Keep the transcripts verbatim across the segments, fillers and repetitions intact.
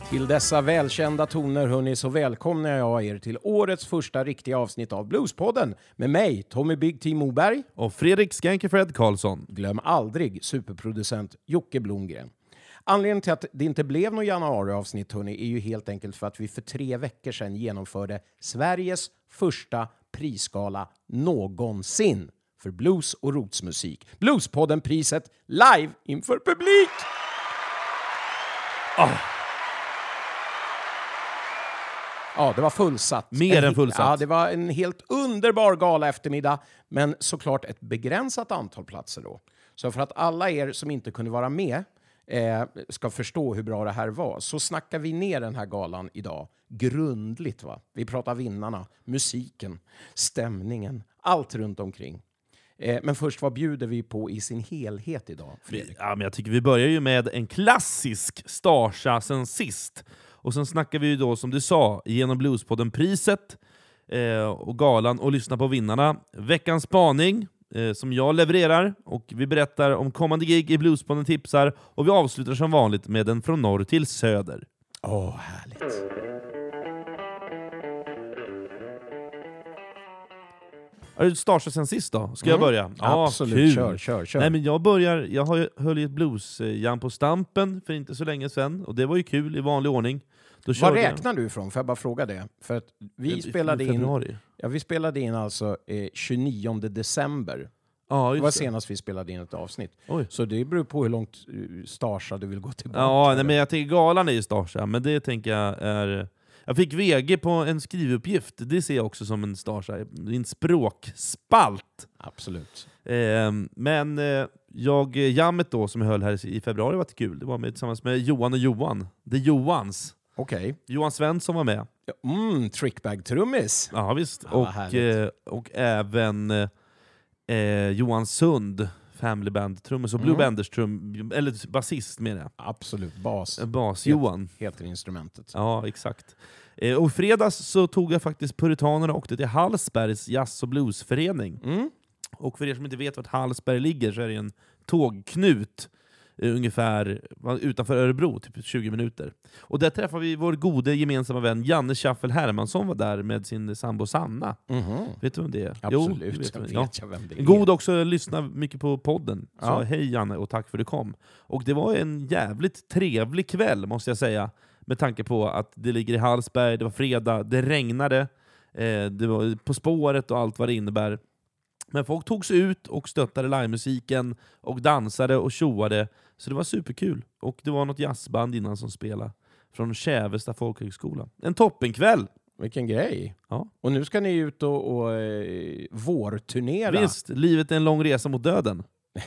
Till dessa välkända toner hörni, så välkomnar jag er till årets första riktiga avsnitt av Bluespodden med mig, Tommy Big T Moberg och Fredrik Skankefred Karlsson. Glöm aldrig superproducent Jocke Blomgren. Anledningen till att det inte blev något januariavsnitt hörni, är ju helt enkelt för att vi för tre veckor sedan genomförde Sveriges första prisgala någonsin för blues och rootsmusik. Bluespodden-priset live inför publik! Oh. Ja, det var fullsatt. Mer än fullsatt. Ja, det var en helt underbar gala eftermiddag, men såklart ett begränsat antal platser då. Så för att alla er som inte kunde vara med eh, ska förstå hur bra det här var, så snackar vi ner den här galan idag grundligt. Va? Vi pratar vinnarna, musiken, stämningen, allt runt omkring. Eh, men först, vad bjuder vi på i sin helhet idag, Fredrik? Ja, men jag tycker vi börjar ju med en klassisk Starsa sen sist. Och sen snackar vi ju då, som du sa, genom Bluespodden-priset eh, och galan och lyssna på vinnarna. Veckans spaning eh, som jag levererar, och vi berättar om kommande gig i Bluespodden tipsar, och vi avslutar som vanligt med den från norr till söder. Åh, oh, härligt! Är det Starsa sen sist då? Ska mm. jag börja? Ja, absolut, kul. kör, kör, kör. Nej, men jag börjar, jag har ju, höll i ett bluesjam på Stampen för inte så länge sedan, och det var ju kul i vanlig ordning. Då Vad räknar jag. du ifrån? Får jag bara fråga det? För att vi det, spelade in ja, vi spelade in alltså eh, tjugonionde december. Ja, det var senast vi spelade in ett avsnitt. Oj. Så det beror på hur långt uh, Starsa du vill gå tillbaka. Ja, nej, men jag tänker galan är ju Starsa, men det tänker jag är... Jag fick V G på en skrivuppgift. Det ser jag också som en Starsa. En språkspalt. Absolut. Eh, men eh, jag, jammet då som jag höll här i februari var kul. Det var med, tillsammans med Johan och Johan. Det Johans. Okej. Okay. Johan Svensson var med. Mm, trickbag-trummis. Ja, visst. Ja, och, eh, och även eh, Johan Sund, Family Band trummis och Blue mm. Banders trum, eller basist med det. Absolut, bas. Bas Johan. Heter instrumentet. Ja, exakt. Eh, och fredags så tog jag faktiskt Puritanerna och åkte till Hallsbergs jazz- och bluesförening. Mm. Och för er som inte vet vart Hallsberg ligger så är det en tågknut eh, ungefär utanför Örebro, typ tjugo minuter. Och där träffade vi vår gode gemensamma vän Janne Schaffel Hermansson, var där med sin sambo Sanna. Mm-hmm. Vet du vem det är? Absolut, jo, vet vet ja. jag vem det är. God också, lyssna mycket på podden. Så ja. Hej Janne och tack för att du kom. Och det var en jävligt trevlig kväll måste jag säga. Med tanke på att det ligger i Hallsberg, det var fredag, det regnade, eh, det var På spåret och allt vad det innebär. Men folk tog sig ut och stöttade livemusiken och dansade och tjoade. Så det var superkul. Och det var något jazzband innan som spelade från Kävesta folkhögskola. En toppenkväll! Vilken grej! Ja. Och nu ska ni ut och, och eh, vårturnera. Visst, livet är en lång resa mot döden.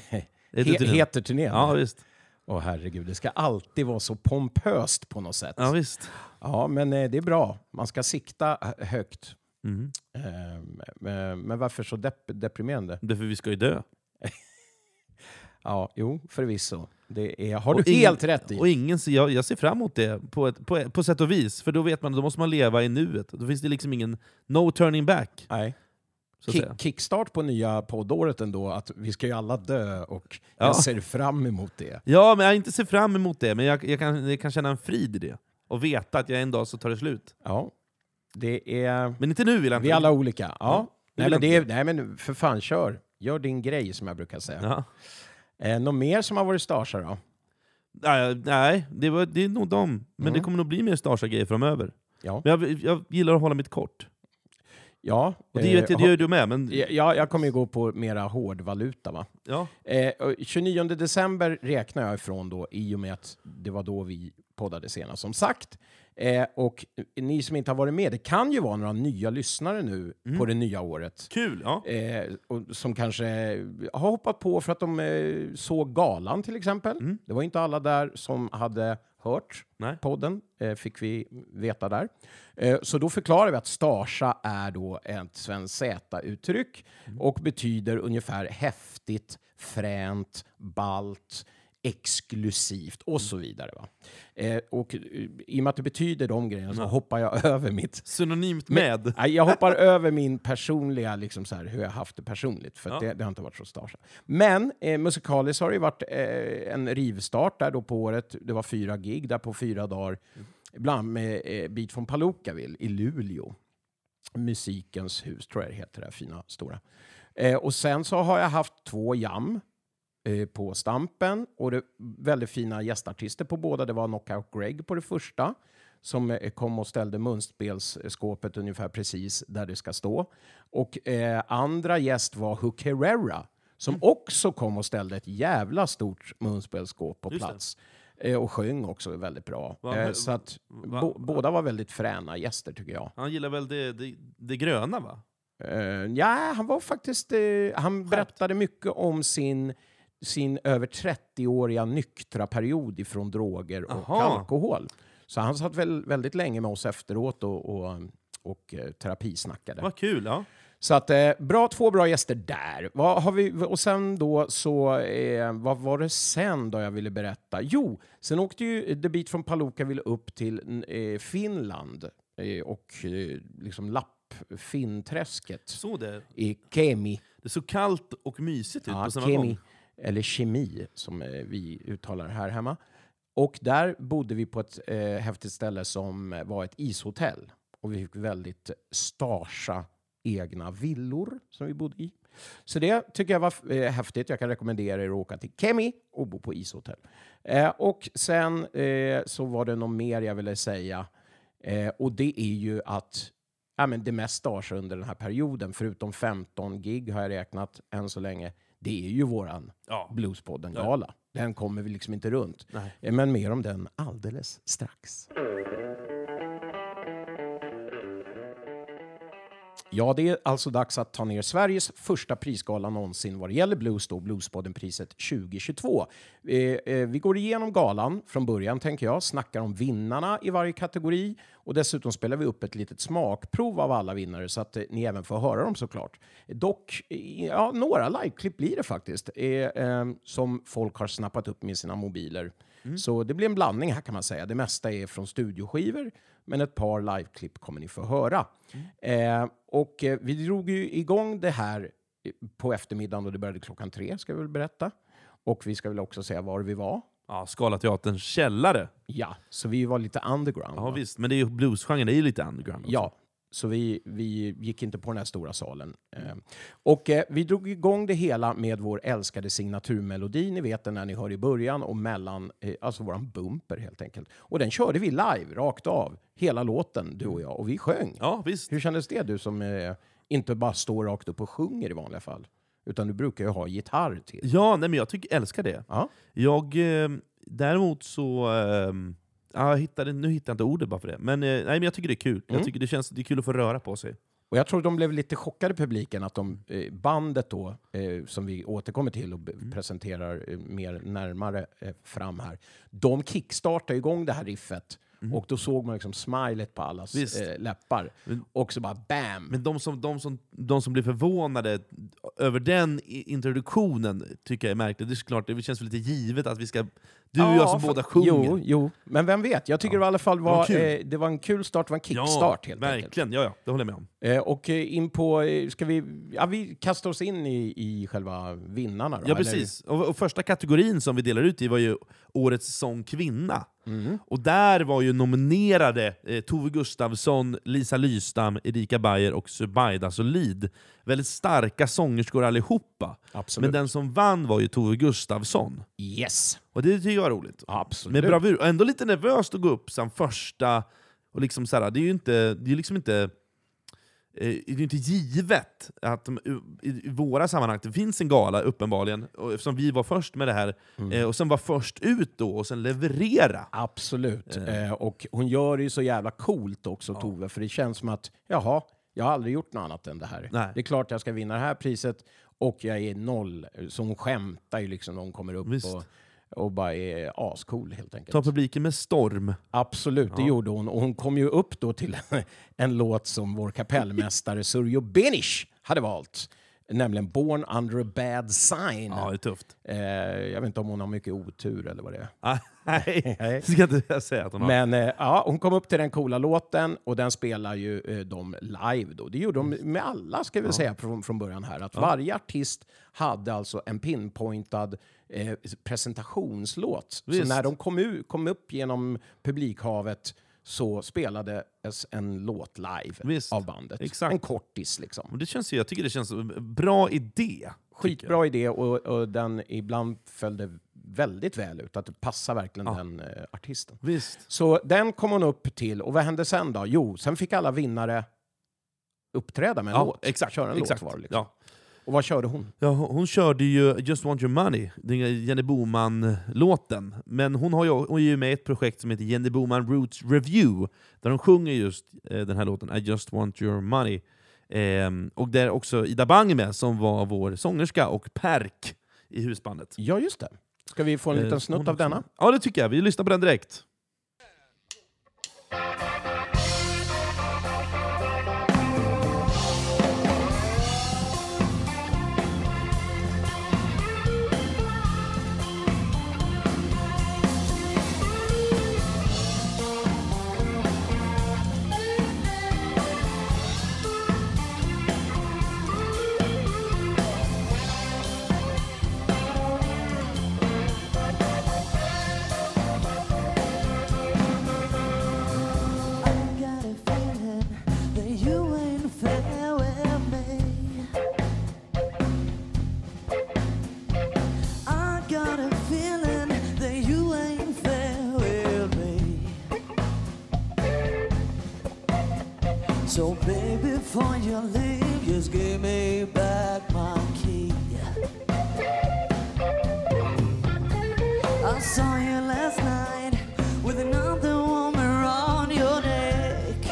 He- heter turnén. Ja, visst. Åh herregud, det ska alltid vara så pompöst på något sätt. Ja, visst. Ja, men eh, det är bra. Man ska sikta högt. Mm. Eh, men, men varför så dep- deprimerande? Därför vi ska ju dö. Ja, jo, förvisso. Det är, har och du ingen, helt rätt i. Och ingen, jag, jag ser fram emot det på, ett, på, på sätt och vis. För då vet man, då måste man leva i nuet. Då finns det liksom ingen no turning back. Nej. Kick, kickstart på nya poddåret ändå, att vi ska ju alla dö, och jag ja. ser fram emot det. Ja, men jag inte ser fram emot det, men jag, jag, kan, jag kan känna en frid i det. Och veta att jag en dag så tar det slut. Ja, det är... Men inte nu vill jag inte. Vi är alla olika. Ja. ja. Nej, men det är, nej, men för fan, kör. Gör din grej, som jag brukar säga. Ja. Eh, något mer som har varit Starsa då? Nej, nej det, var, det är nog dem. Men mm. det kommer nog bli mer Starsa-grejer framöver. Ja. Men jag, jag gillar att hålla mitt kort. Ja, och det, vet jag, det gör du med. Men... Ja, jag kommer ju gå på mera hårdvaluta. Va? Ja. Eh, tjugonionde december räknar jag ifrån då, i och med att det var då vi poddade senast, som sagt. Eh, och ni som inte har varit med, det kan ju vara några nya lyssnare nu mm. på det nya året. Kul, ja. Eh, och som kanske har hoppat på för att de eh, såg galan till exempel. Mm. Det var inte alla där som hade hört Nej. podden, eh, fick vi veta där. Eh, så då förklarar vi att Starsa är då ett svenskt Z-uttryck mm. och betyder ungefär häftigt, fränt, balt, exklusivt och så vidare. Va? Eh, och i och med att det betyder de grejerna så hoppar jag över mitt... Synonymt med? med jag hoppar över min personliga, liksom så här, hur jag haft det personligt. För ja. det, det har inte varit så Starsa. Men eh, musikaliskt har det varit eh, en rivstart där då på året. Det var fyra gig där på fyra dagar. Mm. ibland med eh, Beat från Palookaville i Luleå. Musikens hus tror jag det heter, det här fina stora. Eh, och sen så har jag haft två jam eh, på Stampen och det väldigt fina gästartister på båda. Det var Knockout Greg på det första som eh, kom och ställde munspelsskåpet ungefär precis där det ska stå. Och eh, andra gäst var Hook Herrera som mm. också kom och ställde ett jävla stort munspelsskåp på Just plats. Eh, och sjöng också väldigt bra. Va, eh, så att va, bo, båda var väldigt fräna gäster tycker jag. Han gillar väl det, det, det gröna va? Uh, ja, han var faktiskt... Uh, han berättade mycket om sin, sin över trettio-åriga nyktra period ifrån droger och Aha. alkohol. Så han satt väl, väldigt länge med oss efteråt och, och, och uh, terapisnackade. Vad kul, ja. Så att, uh, bra, två bra gäster där. Vad har vi, och sen då så... Uh, vad var det sen då jag ville berätta? Jo, sen åkte ju The Beat från Palookaville upp till uh, Finland uh, och uh, liksom lapp Finnträsket Så det. i Kemi. Det är så kallt och mysigt ut Ja, på samma Kemi, gång. eller Kemi som eh, vi uttalar här hemma. Och där bodde vi på ett eh, häftigt ställe som var ett ishotell. Och vi fick väldigt starsa egna villor som vi bodde i. Så det tycker jag var eh, häftigt. Jag kan rekommendera er att åka till Kemi och bo på ishotell. Eh, och sen eh, så var det något mer jag ville säga. Eh, och det är ju att ja, men det mest starsa under den här perioden, förutom femton gig har jag räknat än så länge, det är ju våran Ja. Bluespodden-gala. Den kommer vi liksom inte runt. Nej. Men mer om den alldeles strax. Ja, det är alltså dags att ta ner Sveriges första prisgala någonsin vad det gäller blues då, Bluespodden-priset tjugo tjugotvå. Eh, eh, vi går igenom galan från början, tänker jag, snackar om vinnarna i varje kategori och dessutom spelar vi upp ett litet smakprov av alla vinnare så att eh, ni även får höra dem såklart. Dock, eh, ja, några liveklipp blir det faktiskt eh, eh, som folk har snappat upp med sina mobiler. Mm. Så det blir en blandning här kan man säga. Det mesta är från studioskivor, men ett par liveklipp kommer ni få höra. Mm. Eh, och eh, vi drog ju igång det här på eftermiddagen och det började klockan tre, ska vi väl berätta. Och vi ska väl också säga var vi var. Ja, Scalateaterns källare. Ja, så vi var lite underground. Ja, visst. Men det är ju bluesgenren, det är ju lite underground också. Ja, så vi, vi gick inte på den här stora salen. Eh, och eh, vi drog igång det hela med vår älskade signaturmelodi. Ni vet den när ni hör i början och mellan, eh, alltså våran bumper helt enkelt. Och den körde vi live, rakt av. Hela låten, du och jag. Och vi sjöng. Ja, visst. Hur kändes det, du som eh, inte bara står rakt upp och sjunger i vanliga fall? Utan du brukar ju ha gitarr till. Ja, nej, men jag tycker, älskar det. Ja. Jag, eh, däremot så... Eh, jag hittade, nu hittar jag inte ordet bara för det. Men, eh, nej, men jag tycker det är kul. Mm. Jag tycker det känns det är kul att få röra på sig. Och jag tror de blev lite chockade, publiken, att de, eh, bandet då, eh, som vi återkommer till och b- mm. presenterar eh, mer närmare eh, fram här. De kickstartar igång det här riffet. Mm. Och då såg man liksom smilet på allas eh, läppar. Men, och så bara bam! Men de som, de, som, de som blir förvånade över den introduktionen tycker jag är märkligt. Det är klart, det känns lite givet att vi ska... Du och ja, jag som för, båda sjunger. Jo, jo, men vem vet? Jag tycker ja. det i alla fall var, det var, eh, det var en kul start, det var en kickstart ja, helt verkligen. enkelt. Ja, ja, det håller jag med om. Eh, och in på, ska vi, ja, vi kastar oss in i, i själva vinnarna då, ja, precis. Och, och första kategorin som vi delar ut i var ju Årets sångkvinna. Mm. Och där var ju nominerade eh, Tove Gustafsson, Lisa Lystam, Erika Bayer och Zubaida Solid. Väldigt starka sångerskor allihopa. Absolut. Men den som vann var ju Tove Gustafsson. Yes. Och det tycker jag var roligt. Absolut. Med bravur. Och ändå lite nervöst att gå upp som första. Och liksom så här, det är ju inte, det är liksom inte... Det är inte givet att i våra sammanhang det finns en gala uppenbarligen, och eftersom vi var först med det här mm. och sen var först ut då och sen leverera. Absolut. Eh. Eh, och hon gör det ju så jävla coolt också, ja. Tove, för det känns som att jaha, jag har aldrig gjort något annat än det här. Nej. Det är klart jag ska vinna det här priset och jag är noll. Så hon skämtar ju liksom när hon kommer upp och och bara är ascool helt enkelt. Ta publiken med storm. Absolut, det ja. gjorde hon. Och hon kom ju upp då till en, en låt som vår kapellmästare Surjo Benish hade valt. Nämligen Born Under a Bad Sign. Ja, det är tufft. Eh, jag vet inte om hon har mycket otur eller vad det är. Ah, nej, det ska inte jag säga att hon har. Men eh, ja, hon kom upp till den coola låten och den spelar ju eh, de live då. Det gjorde de med alla, ska vi ja. säga, från, från början här. Att ja. varje artist hade alltså en pinpointad eh, presentationslåt. Visst. Så när de kom, u- kom upp genom publikhavet så spelades en låt live Visst. av bandet. Exakt. En kortis liksom. Och det känns ju, jag tycker det känns som en bra idé. Skitbra idé och, och den ibland följde väldigt väl ut. Att det passar verkligen Ja. den eh, artisten. Visst. Så den kom hon upp till. Och vad hände sen då? Jo, sen fick alla vinnare uppträda med en Ja, låt. exakt. Köra en exakt. låt var det liksom. Ja. Och vad körde hon? Ja, hon körde ju Just Want Your Money, den Jenny Boman-låten. Men hon har ju, hon är ju med i ett projekt som heter Jenny Boman Roots Review, där hon sjunger just eh, den här låten I Just Want Your Money. Eh, och där också Ida Bang med, som var vår sångerska och perk i husbandet. Ja, just det. Ska vi få en liten Eh, snutt hon av också. denna? Ja, det tycker jag. Vi lyssnar på den direkt. So baby, before you leave, just give me back my key. I saw you last night with another woman around your neck.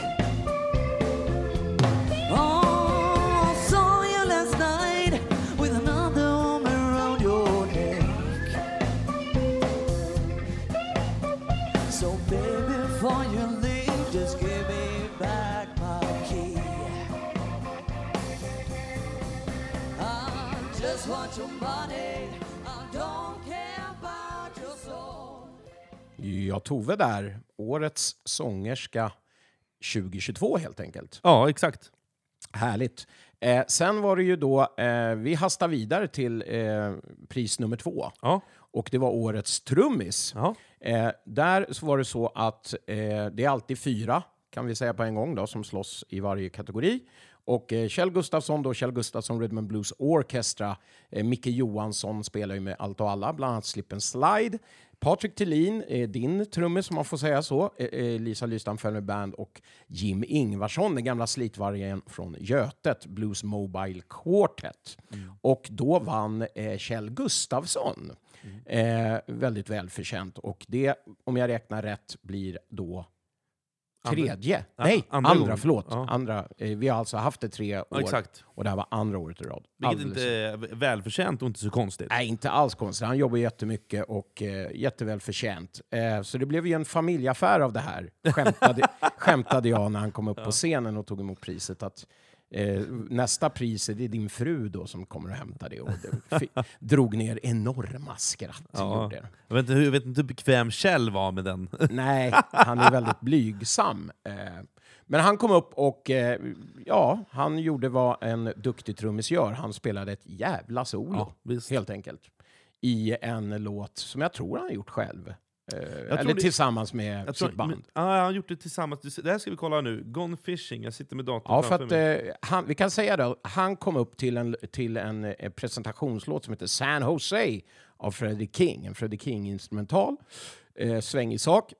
Oh, I saw you last night with another woman around your neck. So baby, before you leave, just give me back my key. I just want your money. I don't care about your soul. Ja, Tove där. Årets sångerska tjugohundratjugotvå helt enkelt. Ja, exakt. Härligt. Eh, sen var det ju då, eh, vi hastar vidare till eh, pris nummer två. Ja. Och det var årets trummis. Ja. Eh, där så var det så att eh, det är alltid fyra, kan vi säga på en gång då, som slåss i varje kategori. Och eh, Kjell Gustafsson då, Kjell Gustafsson Rhythm and Blues Orchestra. Eh, Micke Johansson spelar ju med allt och alla, bland annat Slip and Slide. Patrik Thelin, eh, din trummis som man får säga så. Eh, eh, Lisa Lystam Fölmer Band och Jim Ingvarsson, den gamla slitvargen från Götet, Blues Mobile Quartet. Mm. Och då vann eh, Kjell Gustafsson. Mm. Eh, väldigt välförtjänt. Och det, om jag räknar rätt, blir då tredje. Andra. Nej, Ja, andra, andra andra förlåt. Ja. Andra. Eh, vi har alltså haft det tre år. Ja, exakt. Och det här var andra året i rad. Vilket Alldeles. inte är välförtjänt och inte så konstigt. Nej, inte alls konstigt. Han jobbar jättemycket och eh, jättevälförtjänt. Eh, så det blev ju en familjeaffär av det här. Skämtade, skämtade jag när han kom upp ja. på scenen och tog emot priset. Att eh, nästa pris är det din fru då som kommer att hämta det. Och det fick, drog ner enorma skratt. Ja. Gjorde det. Jag vet inte hur, jag vet inte hur bekväm Kjell var med den. Nej, han är väldigt blygsam. Eh, men han kom upp och eh, ja, han gjorde vad en duktig trummis gör. Han spelade ett jävla solo, Ja, helt enkelt. I en låt som jag tror han har gjort själv. Eh, eller det, tillsammans med jag sitt tror, band. Men, ja, han har gjort det tillsammans. Det här ska vi kolla nu. Gone Fishing. Jag sitter med datorn Ja, för framför att, mig. eh, han, vi kan säga då, han kom upp till en, till en eh, presentationslåt som heter San Jose av Freddie King. En Freddie King-instrumental. Eh, svängig sak.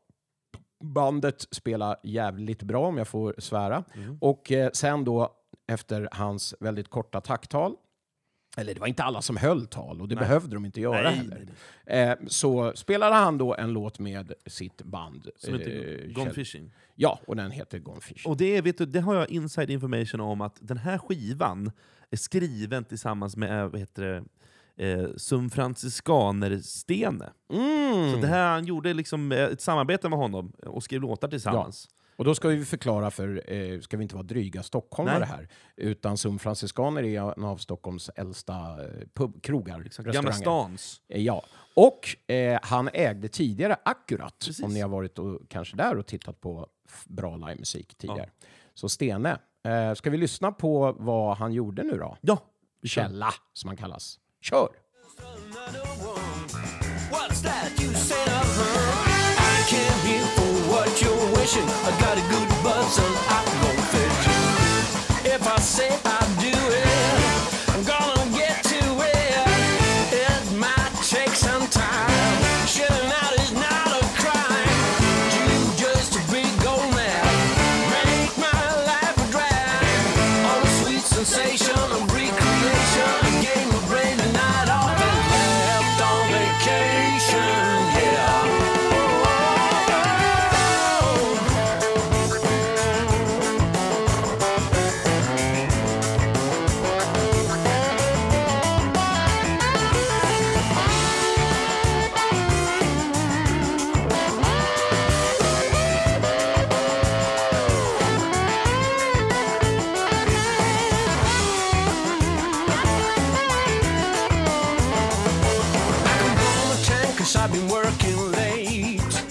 Bandet spelar jävligt bra, om jag får svära. Mm. Och eh, sen då, efter hans väldigt korta tacktal, eller det var inte alla som höll tal, och det nej. behövde de inte göra nej, heller. Nej. Eh, så spelade han då en låt med sitt band. Som heter eh, Gone Fishing. Ja, och den heter Gone Fishing. Och det, vet du, det har jag inside information om, att den här skivan är skriven tillsammans med, vad heter det, Eh, som franciskaner-Stene. Mm. Så det här, han gjorde liksom ett samarbete med honom och skrev låtar tillsammans. Ja. Och då ska vi förklara, för eh, ska vi inte vara dryga stockholmare här, utan som franciskaner är en av Stockholms äldsta eh, pub, krogar, exakt. Gamla stans. Eh, ja. Och eh, han ägde tidigare Akkurat, precis. Om ni har varit och, kanske där och tittat på bra livemusik tidigare. Ja. Så Stene, eh, ska vi lyssna på vad han gjorde nu då? Ja. Källa, som han kallas. Kör! What's that you said of her? I came here for what you're fishing, I got a good buzz and I go fishing. If I say I do it, I'm gonna get to it. It might take some time. Shilling out is not a crime. You just a big gold man. Make my life a drag. All the sweet sensation of recreation. Gave my brain a night off and left on vacation. Yeah. I've been working late.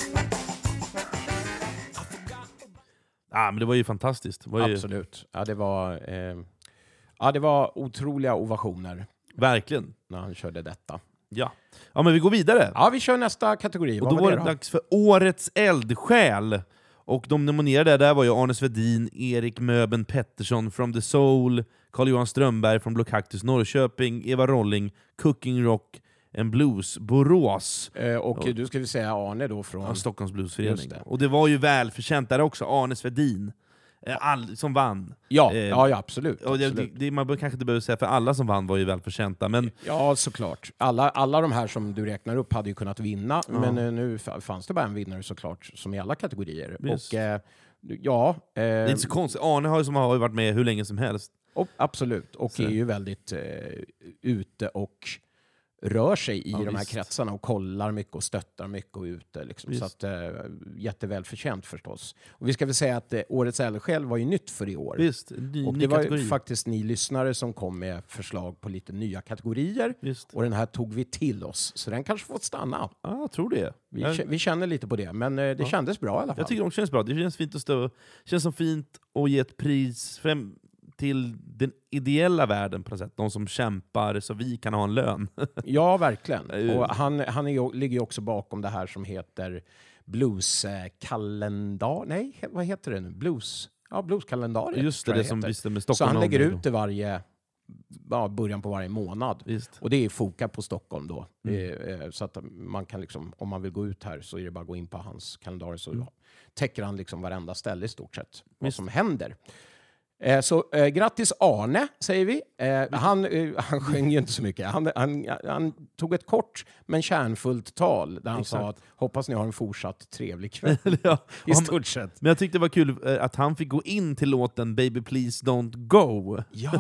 Ah, men det var ju fantastiskt. Det var ju... Absolut. Ja, det var, eh, ja, det var otroliga ovationer Verkligen. när han körde detta. Ja. Ja, men vi går vidare. Ja, vi kör nästa kategori. Och Vad då var det dags för Årets eldsjäl. Och de nominerade där var ju Arne Svedin, Erik Möben Pettersson from the Soul, Carl-Johan Strömberg från Blå Cactus Norrköping, Eva Rolling, Cooking Rock, en blues, Borås. Eh, och du ska vi säga Arne då från... Ja, Stockholms Just bluesförening. det. Och det var ju välförtjänt där också, Arne Svedin. Eh, All, som vann. Ja, Eh, ja, ja absolut. Och det, absolut. det, man bör, kanske inte behöver säga för alla som vann var ju välförtjänta, men Ja, såklart. Alla, alla de här som du räknar upp hade ju kunnat vinna, Ja. men eh, nu f- fanns det bara en vinnare såklart, som i alla kategorier. Visst. Och eh, ja... Eh, det är inte så konstigt. Arne har ju, som har ju varit med hur länge som helst. och, absolut. Och Så. är ju väldigt eh, ute och rör sig i Ja, de här visst. kretsarna och kollar mycket och stöttar mycket och ute. Liksom. Så Visst. att, eh, jättevälförtjänt förstås. Och vi ska väl säga att eh, Årets eldsjäl var ju nytt för i år. Visst, en ny, Och ny det var ju kategori. faktiskt ni lyssnare som kom med förslag på lite nya kategorier. Visst. Och den här tog vi till oss. Så den kanske fått stanna. Ja, jag tror det. Vi, jag, k- vi känner lite på det. Men eh, det Ja. kändes bra i alla fall. jag tycker det också känns bra. Det känns fint att stå. Det känns som fint att ge ett pris främ till den ideella världen på något sätt. De som kämpar så vi kan ha en lön. Ja, verkligen. Eh. Och han, han är ju, ligger ju också bakom det här som heter blueskalendar. Nej, he- vad heter det nu? Blues. Ja, blueskalendariet. Just det, tror jag det som heter. visste med Så Stockholm. han lägger om- ut det varje ja, början på varje månad. Visst. Och det är foka på Stockholm då. Mm. Eh, eh, så att man kan liksom, om man vill gå ut här så är det bara att gå in på hans kalendar så Mm. täcker han liksom varenda ställe i stort sett. Vad Visst. som händer. Eh, så eh, grattis Arne, säger vi. Eh, han, eh, han sjöng ju inte så mycket. Han, han, han tog ett kort men kärnfullt tal där han Exakt. sa att hoppas ni har en fortsatt trevlig kväll. Ja, I han- stort sett. Men jag tyckte det var kul eh, att han fick gå in till låten Baby Please Don't Go. Ja.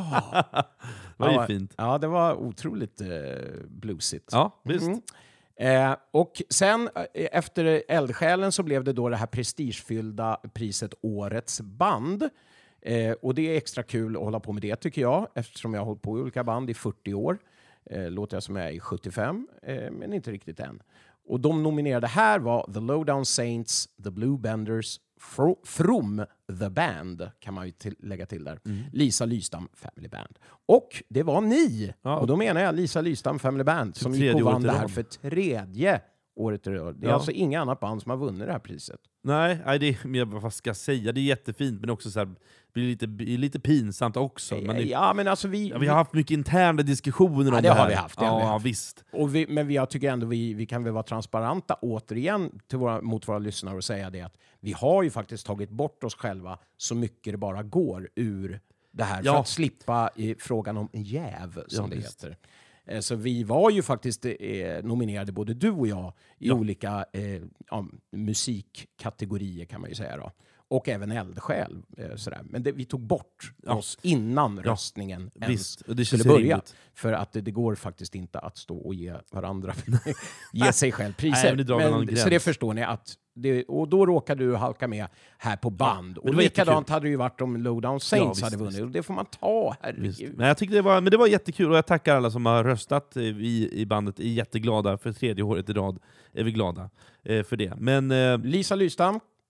Det var ja, ju fint. Ja, det var otroligt eh, bluesigt. Ja, visst. Mm. Eh, och sen eh, efter eldsjälen så blev det då det här prestigefyllda priset Årets band. Eh, och det är extra kul att hålla på med det tycker jag, eftersom jag har hållit på i olika band i fyrtio år. Eh, låter jag som jag är i sjuttiofem, eh, men inte riktigt än. Och de nominerade här var The Lowdown Saints, The Blue Benders, Fro- From The Band, kan man ju till, lägga till där. Mm. Lisa Lystam Family Band. Och det var ni! Ja. Och då menar jag Lisa Lystam Family Band som gick tredje och året vann i det här rad. för tredje året i rad. Det är Ja. alltså inga annat band som har vunnit det här priset. Nej, nej det, men vad ska jag säga? Det är jättefint, men också så här, det blir lite, blir lite pinsamt också. Men det, ja, men alltså vi... ja, vi har haft mycket interna diskussioner Ja, om det det har här. vi haft, det ja, har vi haft. visst. Och vi, men vi, jag tycker ändå vi, vi kan väl vara transparenta återigen till våra, mot våra lyssnare och säga det att vi har ju faktiskt tagit bort oss själva så mycket det bara går ur det här Ja. för att slippa i frågan om jäv som Ja, det visst. heter. Eh, Så vi var ju faktiskt eh, nominerade, både du och jag, i Ja. olika eh, ja, musikkategorier kan man ju säga då. Och även eldsjäl. Eh, sådär. Men det, vi tog bort Ja. oss innan Ja. röstningen ens Visst, och det skulle känns börja. rimligt. För att det, det går faktiskt inte att stå och ge varandra, ge sig själv priser. Nej, men det drar väl någon gräns. så det förstår ni att det, och då råkar du halka med här på band. men det och var likadant jättekul. hade det ju varit om Lowdown Saints visst, hade vunnit. visst. Och det får man ta, Visst. herregud. Men jag tyckte det var, men det var jättekul och jag tackar alla som har röstat i, i bandet. Är jätteglada för tredje året i rad. Är vi glada eh, för det. Men eh, Lisa Lystam,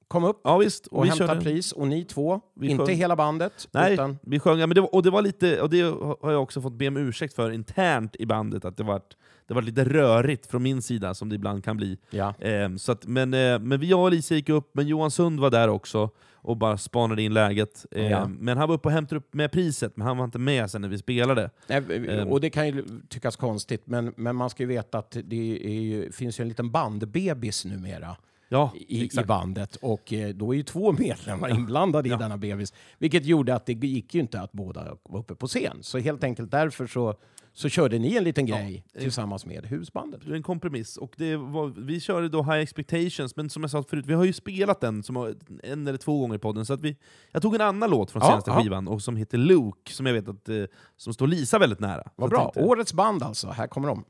kom upp Ja, visst. och vi hämta körde- pris. Och ni två, Vi inte sjöng- hela bandet. Nej, Utan, vi sjöng, ja, men det var, och det var lite, och det har jag också fått be om ursäkt för internt i bandet, att det var, det var lite rörigt från min sida, som det ibland kan bli. ja. Eh, så att, men, eh, men vi och Alicia gick upp, men Johan Sund var där också och bara spanade in läget. Eh, Ja. Men han var uppe och hämtade upp med priset, men han var inte med sen när vi spelade. Nej, och det kan ju tyckas konstigt, men, men man ska ju veta att det är ju, finns ju en liten bandbebis numera. Ja, I, i exakt. bandet, och eh, då är ju två medlemmar inblandade i Ja. denna bebis, vilket gjorde att det gick ju inte att båda var uppe på scen. Så helt enkelt därför så, så körde ni en liten grej tillsammans med husbandet. Det är en kompromiss. Och det var, vi körde då High Expectations, men som jag sa förut, vi har ju spelat den som en eller två gånger i podden. Så att vi, jag tog en annan låt från Ja, senaste ja. skivan, och som heter Luke, som jag vet att eh, som står Lisa väldigt nära. Så Vad jag bra. tänkte- Årets band alltså, här kommer de.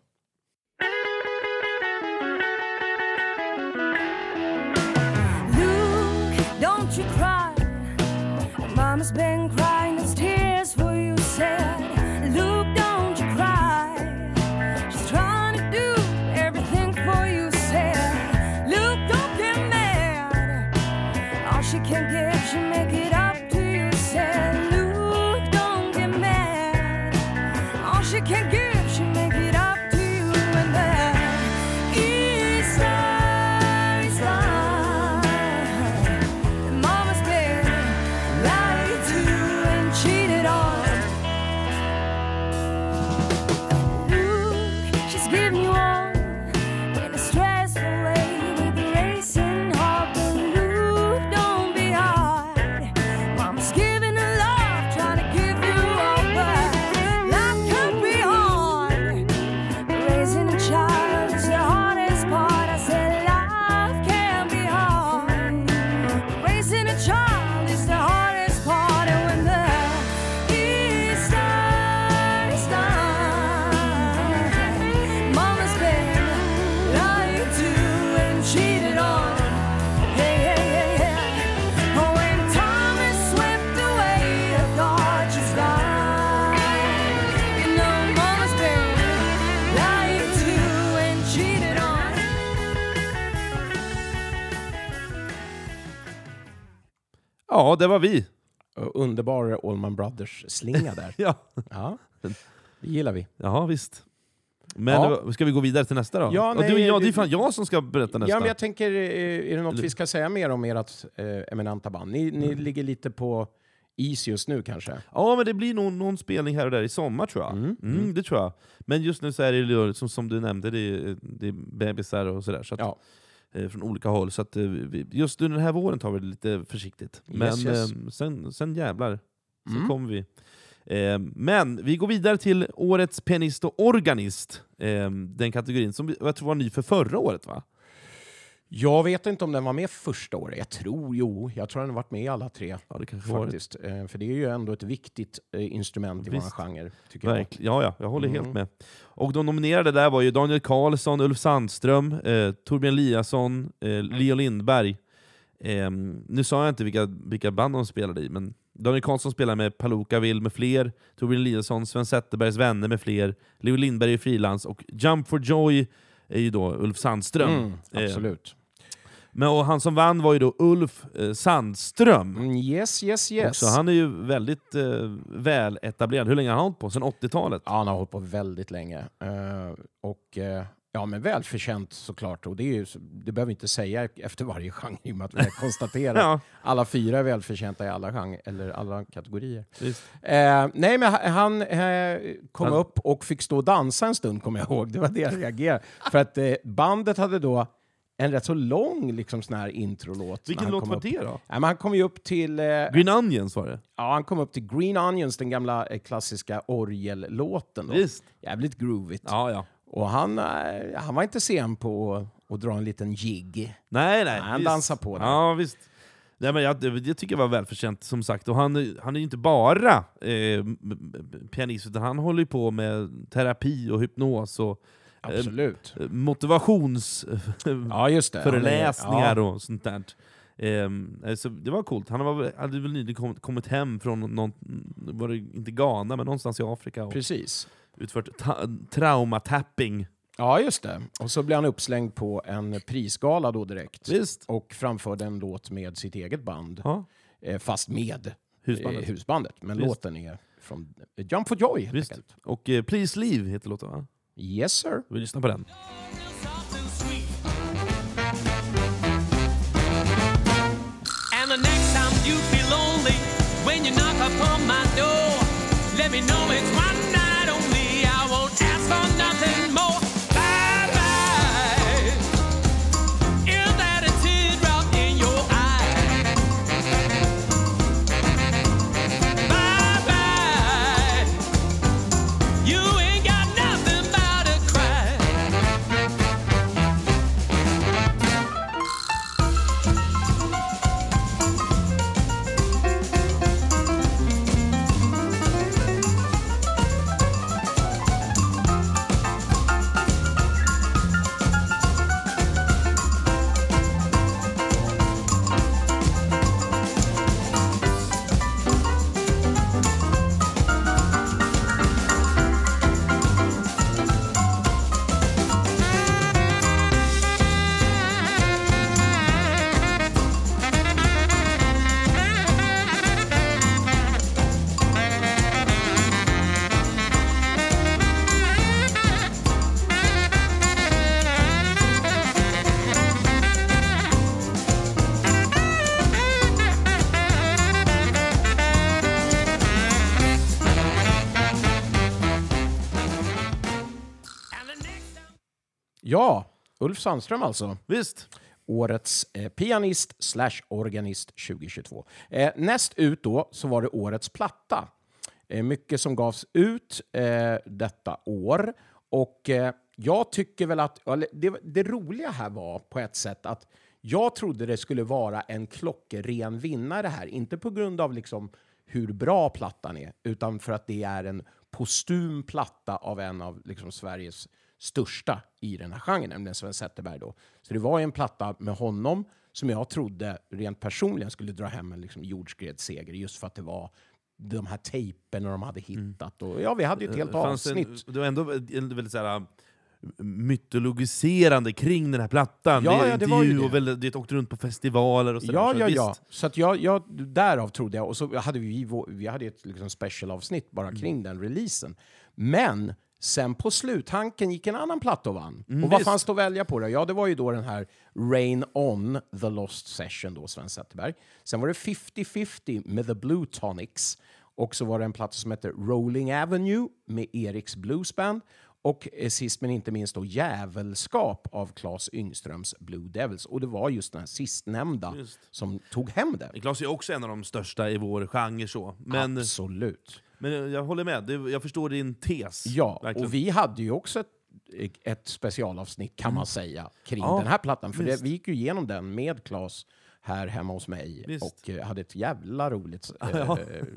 Luke, don't you cry. Mama's been crying, it's tears for you, said. Luke, don't you cry. She's trying to do everything for you, said. Luke, don't get mad. All she can give, she make it up to you, said. Luke, don't get mad. All she can give, she make it up to you, and then Easter, Easter. Mama's been lied to and cheated on. Luke, she's giving you on in a stressful way with a racing heart. But Luke, don't be hard. Mama's giving her love, trying to give you all back. Life can be hard. Raising a child is the hardest part. I said life can be hard. Raising a child is the hardest part. And when the Easter is done, Mama's been lied to and cheated on. Hey, hey, hey, hey. Oh, when time is swept away, I thought she's gone. You know, Mama's been lied to and cheated on. Ja, det var vi. Och underbar Allman Brothers-slinga där. Ja, Ja, det gillar vi. ja visst. Men Ja. ska vi gå vidare till nästa då? Ja, Och nej, du, ja, det är det- fan jag som ska berätta nästa. Ja, men jag tänker, eh, är det något Eller- vi ska säga mer om ert eh, eminenta band? Ni, ni ligger lite på is just nu kanske? Ja, men det blir nog någon spelning här och där i sommar tror jag. Mm. Mm, det tror jag. Men just nu så är det ju, som, som du nämnde, det är, det är bebisar och sådär. Så att, Ja. eh, från olika håll. Så att, eh, vi, just under den här våren tar vi det lite försiktigt. Men Yes, yes. Eh, sen, sen jävlar så Mm. kommer vi. Eh, men vi går vidare till årets pianist och organist. Eh, den kategorin som vi- jag tror var ny för förra året, va? Jag vet inte om den var med första året. Jag tror, jo, jag tror den har varit med i alla tre. Ja, det kanske var det. Faktiskt. Eh, För det är ju ändå ett viktigt eh, instrument i vår Visst. genre, tycker jag. Verkligen. Ja, ja, jag håller Mm. helt med. Och de nominerade där var ju Daniel Karlsson, Ulf Sandström, eh, Torbjörn Eliasson, eh, Leo Lindberg. Eh, nu sa jag inte vilka, vilka band de spelade i, men Daniel Karlsson spelar med Paluca Will med fler, Torbjörn Eliasson, Sven Zetterbergs vänner med fler, Leo Lindberg är frilans, och Jump for Joy är ju då Ulf Sandström. Mm, Eh, absolut. men, och han som vann var ju då Ulf eh, Sandström. Mm, yes, yes, yes. Också. Han är ju väldigt eh, väl etablerad. Hur länge har han hållit på? Sedan åttiotalet? Ja, han har hållit på väldigt länge. Eh, och eh, ja, men välförtjänt såklart. Och det, är ju, det behöver vi inte säga efter varje genre i och med att vi har konstaterat. Ja, Alla fyra är välförtjänta i alla genre, eller alla kategorier. visst. Eh, nej, men ha- han eh, kom Han- upp och fick stå och dansa en stund, kommer jag ihåg. Det var det jag reagerade. För att eh, bandet hade då en rätt så lång liksom, sån här introlåt. när Vilken han låt kom var upp. det då? Nej, men han kom ju upp till... Eh, Green Onions var det. ja, han kom upp till Green Onions, den gamla eh, klassiska orgellåten. Då. Visst. Jävligt groovigt. Ja, ja. Och han, eh, han var inte sen på att, att dra en liten jigg. Nej, nej. Han visst. dansar på det. Ja, visst. Nej, men jag, jag tycker jag var välförtjänt, som sagt. Och han, han är ju inte bara eh, m- m- pianist, utan han håller ju på med terapi och hypnos och Absolut. eh, motivations Ja, just det. föreläsningar Han är- och sånt där. Ehm, alltså, det var coolt. Han var, väl- hade väl nyligen kommit, kommit hem från någon, var det inte Ghana, men någonstans i Afrika Ja, och precis. utfört ta- traumatapping. Ja, just det. Och så blev han uppslängd på en prisgala då direkt. Visst. Och framförde en låt med sitt eget band. Ja. Eh, fast med Husbandet. eh, husbandet. Men Visst. låten är från Jump for Joy helt Visst. enkelt. Och eh, Please Leave heter låten, va? Yes sir. Vi lyssnar på den. And the next time you feel lonely, when you knock upon my door, let me know it's one night only. I won't ask for nothing more. Bye bye. Is that a teardrop in your eye? Bye bye. You ain't got nothing but a cry. Ja, Ulf Sandström alltså. Visst. Årets eh, pianist slash organist tjugohundratjugotvå. Eh, näst ut då så var det årets platta. Eh, mycket som gavs ut eh, detta år. Och eh, jag tycker väl att eller, det, det roliga här var på ett sätt att jag trodde det skulle vara en klockren vinnare här. Inte på grund av liksom hur bra plattan är, utan för att det är en postum platta av en av liksom Sveriges största i den här genren, nämligen Sven Zetterberg då. Så det var en platta med honom som jag trodde rent personligen skulle dra hem en liksom jordskredsseger, just för att det var de här tejperna de hade hittat. Och ja, vi hade ju ett helt Det fanns avsnitt. En, det var ändå en väldigt såhär mytologiserande kring den här plattan. Ja, det är ja, det var ju intervju det. och väl, det åkte runt på festivaler och sådär. Ja, så ja, visst. ja. Så att jag, jag, därav trodde jag. Och så hade vi, vår- vi hade ett liksom specialavsnitt bara kring Mm. den releasen. Men sen på sluttanken gick en annan platta och vann. Mm, och vad visst. fanns det att välja på då? Ja, det var ju då den här Rain On, The Lost Session då, Sven Zetterberg. Sen var det femtio femtio med The Blue Tonics. Och så var det en platta som heter Rolling Avenue med Eriks Bluesband. Och eh, sist men inte minst då Jävelskap av Claes Yngströms Blue Devils. Och det var just den här sistnämnda Just. som tog hem det. Klas är också en av de största i vår genre. Så. Men, Absolut. men jag håller med, det, jag förstår din tes. Ja, verkligen. och vi hade ju också ett, ett specialavsnitt kan man säga kring Ja, den här plattan. För det, visst. vi gick ju igenom den med Claes här hemma hos mig Visst. och eh, hade ett jävla roligt eh,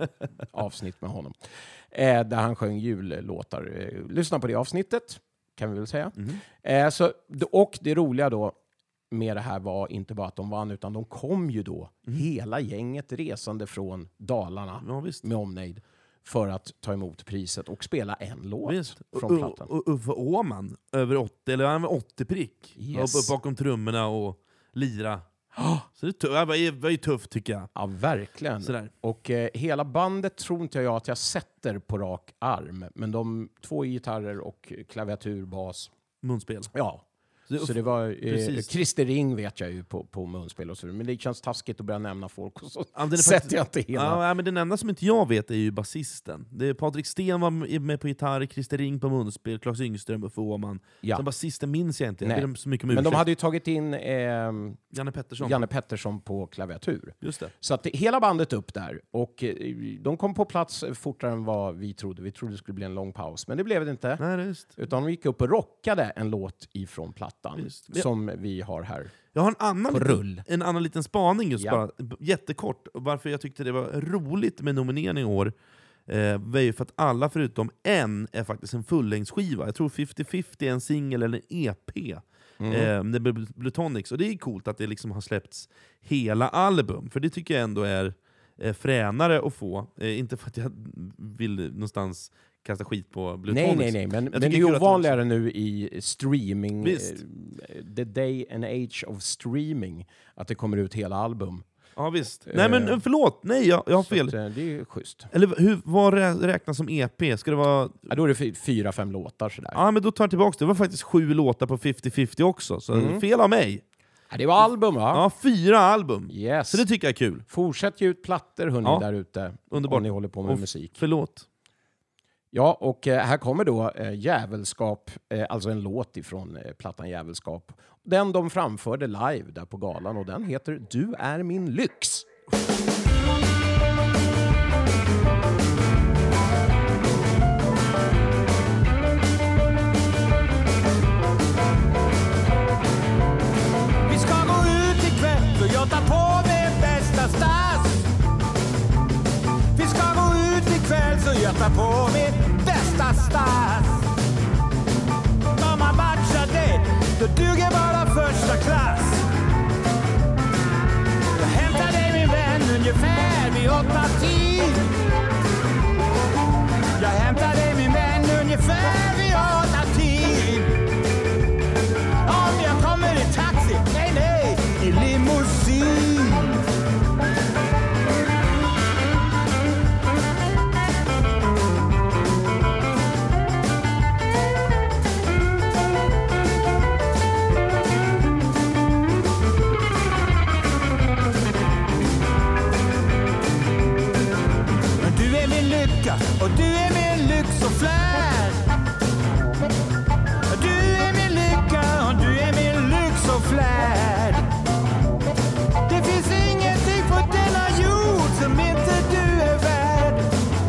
avsnitt med honom. Eh, där han sjöng jullåtar. Eh, lyssna på det avsnittet, kan vi väl säga. Mhm. Eh, så, och det roliga då med det här var inte bara att de vann, utan de kom ju då hela gänget resande från Dalarna Mhm. Ja, visst. med omnejd för att ta emot priset och spela en låt Visst. från Och- plattan. Och och Uffe Åhman, över åttio, eller han var åttio prick. Yes. Upp, upp bakom trummorna och lira. Så det, är tu- det var ju- var ju tufft tycker jag. Ja, verkligen. Sådär. Och eh, hela bandet tror inte jag att jag sätter på rak arm. Men de två gitarrer och klaviatur, bas. Munspel. Ja. Så det- Så det var eh, precis. Christer Ring vet jag ju på, på munspel och så. Men det känns taskigt att börja nämna folk och så Ja, den är sätter faktiskt- jag inte hela. Ja, nej, men den enda som inte jag vet är ju basisten. Det är Patrik Sten var med på gitarr, Christer Ring på munspel, Claes Yngström och Åhman. Ja. Sen basisten minns jag inte, jag Nej. ber om så mycket om Men de ursäkt. hade ju tagit in eh, Janne Pettersson. Janne Pettersson på klaviatur. Just det. Så att det, hela bandet upp där. Och eh, de kom på plats fortare än vad vi trodde. Vi trodde det skulle bli en lång paus. Men det blev det inte. Nej, det är just. Utan de gick upp och rockade en låt ifrån plattan. Visst. Ja. Som vi har här. Jag har en annan, På liten, rull. en annan liten spaning just Ja. bara, b- jättekort. Och varför jag tyckte det var roligt med nominering i år eh, var ju för att alla förutom en är faktiskt en fullängdsskiva. Jag tror femtio femtio är en singel eller en E P. Mm. Eh, det är Blue Tonics. Och det är coolt att det liksom har släppts hela album. För det tycker jag ändå är eh, fränare att få. Eh, inte för att jag vill någonstans kasta skit på Blue Nej, Tonics. nej, nej. Men, Jag men det är tycker ju kul att de- ovanligare nu i streaming. Visst. eh, The day and age of streaming. Att det kommer ut hela album. Ja, visst. Nej, men eh, förlåt. Nej, jag, jag har Så fel. att, eh, det är ju schysst. Eller hur, vad rä- räknas som E P? Ska det vara... Ja, då är det fy- fyra, fem låtar sådär. Ja, men då tar jag tillbaka det. Det var faktiskt sju låtar på femtio femtio också, så Mm. fel av mig. Ja, det var album, va? Ja, fyra album. Yes. Så det tycker jag är kul. Fortsätt ge ut plattor, hörni, Ja. där ute. Underbart. Om ni håller på med Och musik. Förlåt. Ja, och eh, här kommer då eh, Jävelskap, eh, alltså en låt ifrån eh, plattan Jävelskap. Den de framförde live där på galan, och den heter Du är min lyx. Vi ska gå ut ikväll och jag tar på mig bästa stas. Vi ska gå ut ikväll så jag tar på mig bästa stas. Om man matchar det, då duger bara första klass. Jag hämtar dig min vän ungefär vid åtta tid. Jag hämtar dig min vän ungefär vid åtta tid. Om jag kommer i taxi, nej nej, i limousin. Men du är min lycka och du är min lyx och flärd. Du är min lycka och du är min lyx och flärd. Det finns ingenting på denna jord som inte du är värd.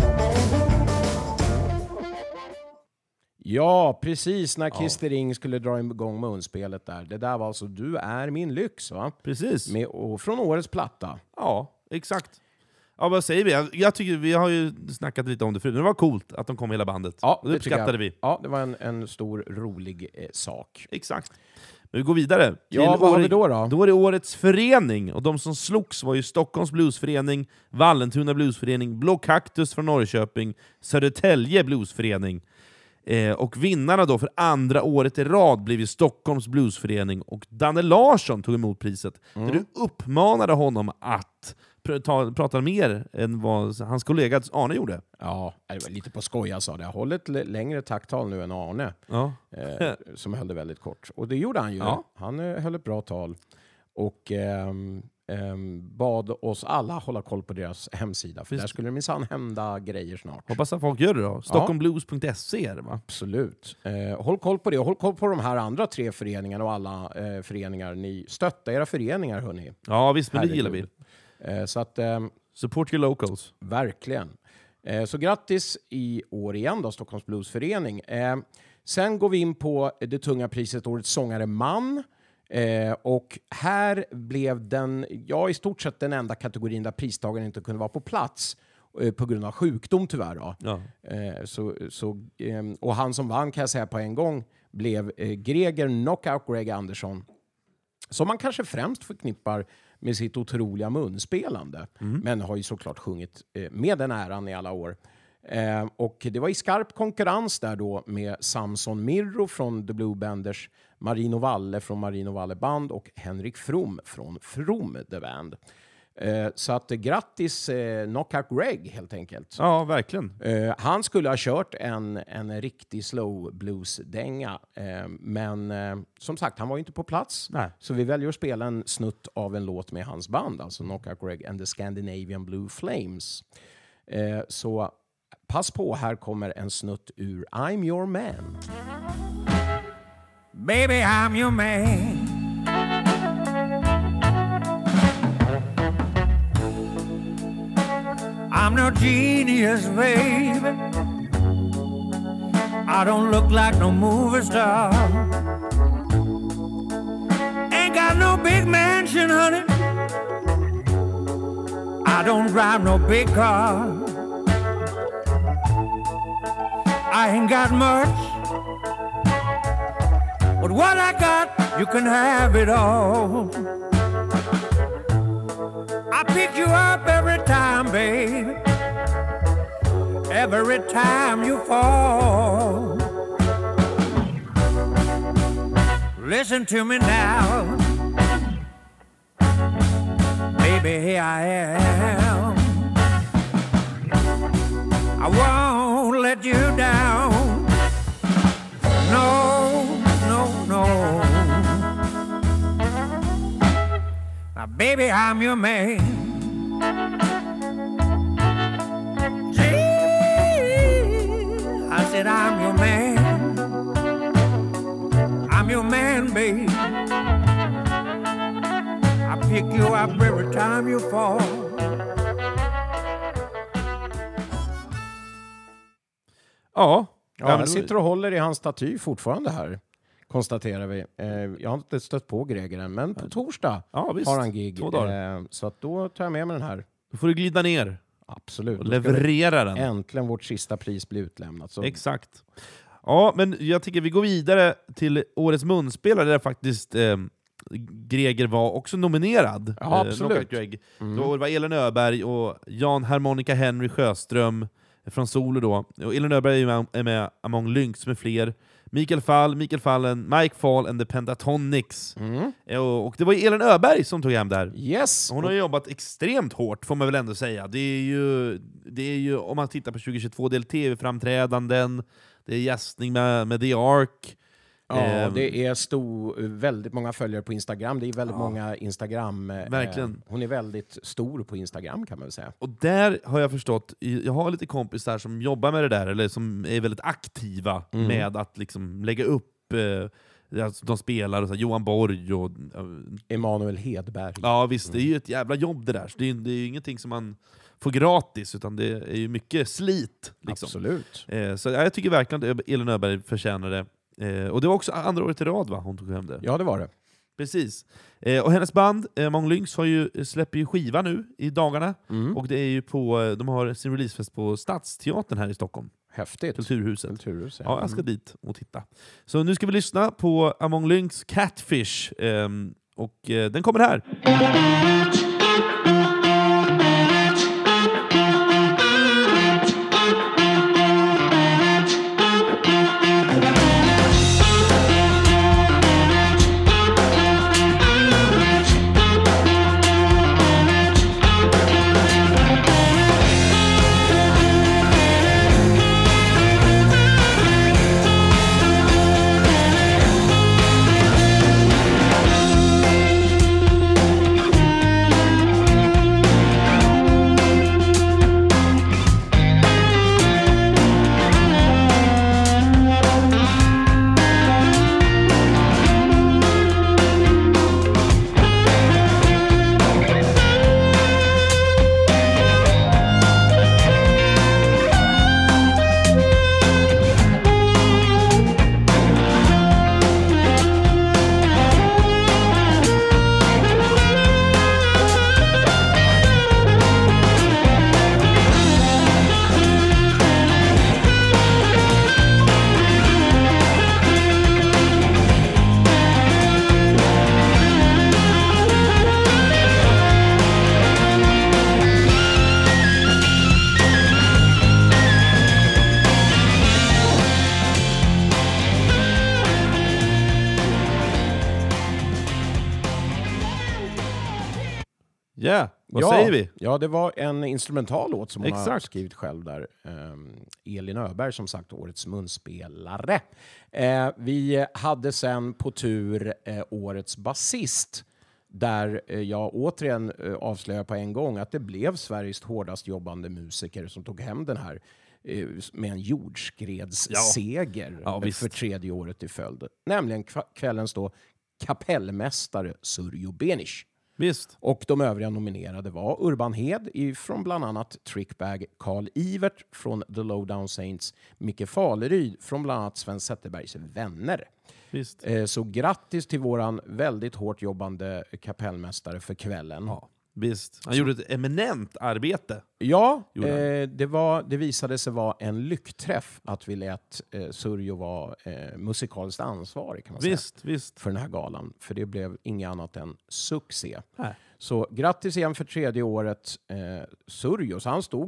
Ja, precis när Christer Ring skulle dra igång munspelet där. Det där var alltså Du är min lyx, va? Precis. Med, och från årets platta. Ja, exakt. Ja, vad säger vi? Jag, jag tycker, vi har ju snackat lite om det förut, men det var coolt att de kom hela bandet. Ja, och det tycker jag. uppskattade vi. Ja, det var en, en stor, rolig eh, sak. Exakt. Men vi går vidare. till Ja, vad har vi då, då? Då är det årets förening, och de som slogs var ju Stockholms bluesförening, Vallentuna bluesförening, Blå Kaktus från Norrköping, Södertälje bluesförening. Eh, och vinnarna då för andra året i rad blev ju Stockholms bluesförening, och Danne Larsson tog emot priset. Mm. Där du uppmanade honom att pr- ta, prata mer än vad hans kollega Arne gjorde. Ja, det var lite på skoj jag sa det. Jag har hållit l- längre tacktal nu än Arne, Ja. eh, som höll det väldigt kort. Och det gjorde han ju. Ja. Han eh, höll ett bra tal. Och ehm, ehm, bad oss alla hålla koll på deras hemsida. För Visst. där skulle det minsann hända grejer snart. Hoppas att folk gör det då. stockholmblues punkt se är det, va? Absolut. Eh, håll koll på det. Och håll koll på de här andra tre föreningarna och alla eh, föreningar. Ni stöttar era föreningar, hörni. Ja visst, men det Herregud. gillar vi. Eh, så att, ehm, Support your locals. verkligen. Eh, så grattis i år igen då, Stockholms Bluesförening. Eh, sen går vi in på det tunga priset Årets sångare man. Eh, och här blev den, ja, i stort sett den enda kategorin där pristagaren inte kunde vara på plats eh, på grund av sjukdom tyvärr. Då. Ja. Eh, så, så, eh, och han som vann kan jag säga på en gång blev eh, Greger Knockout Greg Andersson, som man kanske främst förknippar med sitt otroliga munspelande. Men har ju såklart sjungit eh, med den äran i alla år. Eh, och det var i skarp konkurrens där då med Samson Mirro från The Blue Benders, Marino Valle från Marino Valle Band och Henrik From från From The Band. Eh, så att eh, grattis eh, Knockout Greg helt enkelt. Ja, verkligen. Eh, han skulle ha kört en, en riktig slow blues-dänga. Eh, men eh, som sagt, han var ju inte på plats. Nej. Så vi väljer att spela en snutt av en låt med hans band, alltså Knockout Greg and the Scandinavian Blue Flames. Eh, så pass på, här kommer en snutt ur I'm Your Man. Baby, I'm your man. I'm no genius, baby. I don't look like no movie star. Ain't got no big mansion, honey. I don't drive no big car. I ain't got much, but what I got, you can have it all. I pick you up every time, baby. every time you fall. Listen to me now, baby, here I am. I won't let you down. No, no, no. Now, baby, I'm your man. Gee, I said I'm your man. I'm your man, babe. I pick you up every time you fall. Ja. Ja, men- jag sitter och håller i hans staty fortfarande här, konstaterar vi. Eh, jag har inte stött på Greger än, men på torsdag Ja, visst. har han gig. Två dagar. Eh, så att då tar jag med mig den här. Då får du glida ner Absolut. och Då ska vi leverera den. äntligen vårt sista pris bli utlämnat. Så Exakt. Ja, men jag tycker vi går vidare till årets munspelare där faktiskt eh, Greger var också nominerad. Ja, Eh, absolut. Knockout Greg. Mm. Då var det Elin Öberg och Jan Harmonica Henry Sjöström från Solo då. Och Elin Öberg är med, är med Among Lynx med fler. Mikael Fall, Mikael Fallen, Mike Fall and the Pentatonics. Mm. Eh, Och, och det var ju Elin Öberg som tog hem där. Yes! Hon har ju jobbat extremt hårt, får man väl ändå säga. Det är ju, det är ju om man tittar på tjugohundratjugotvå, det är tv-framträdanden, det är gästning med, med The Ark. Ja, Ehm, det är stor, väldigt många följare på Instagram. Det är väldigt många Instagram. eh, Verkligen. hon är väldigt stor på Instagram, kan man väl säga. Och där har jag förstått, jag har lite kompisar som jobbar med det där, eller som är väldigt aktiva Mm. med att liksom lägga upp, eh, alltså de spelar, och så här, Johan Borg och... eh, Emanuel Hedberg. Ja visst, det är ju ett jävla jobb det där. Så det är, det är ju ingenting som man får gratis, utan det är ju mycket slit. Liksom. Absolut. Eh, så ja, jag tycker verkligen att Elin Öberg förtjänar det. Eh, och det var också andra året i rad va? Hon tog hem det. Ja, det var det. Precis. Eh, och hennes band, eh, Among Lynx, har ju, släpper ju skiva nu i dagarna. Mm. Och det är ju på, eh, de har sin releasefest på Stadsteatern här i Stockholm. Häftigt. Kulturhuset. Kulturhus, Ja, jag ska Mm. dit och titta. Så nu ska vi lyssna på Among Lynx Catfish. ehm, och eh, den kommer här. Yeah, vad ja, säger vi? Ja, det var en instrumental låt som hon har Exakt. skrivit själv där. Um, Elin Öberg, som sagt, årets munspelare. Uh, vi hade sen på tur uh, årets basist, där uh, jag återigen uh, avslöjar på en gång att det blev Sveriges hårdast jobbande musiker som tog hem den här uh, med en jordskredsseger Ja, uh, visst. för tredje året i följd. Nämligen kva- kvällens då kapellmästare Surjo Benisch. Visst. Och de övriga nominerade var Urban Hed från bland annat Trickbag, Carl Ivert från The Lowdown Saints, Micke Faleryd från bland annat Sven Zetterbergs vänner. Visst. Eh, så grattis till våran väldigt hårt jobbande kapellmästare för kvällen. Ja, visst. Han gjorde ett eminent arbete. Ja, Gjorde han. eh, det, var, det visade sig vara en lyckträff att vi lät eh, Surjo vara eh, musikaliskt ansvarig, kan man säga, Visst, visst. för den här galan. För det blev inget annat än succé. Nej. Så grattis igen för tredje året, eh, Surjo. Så han stod ju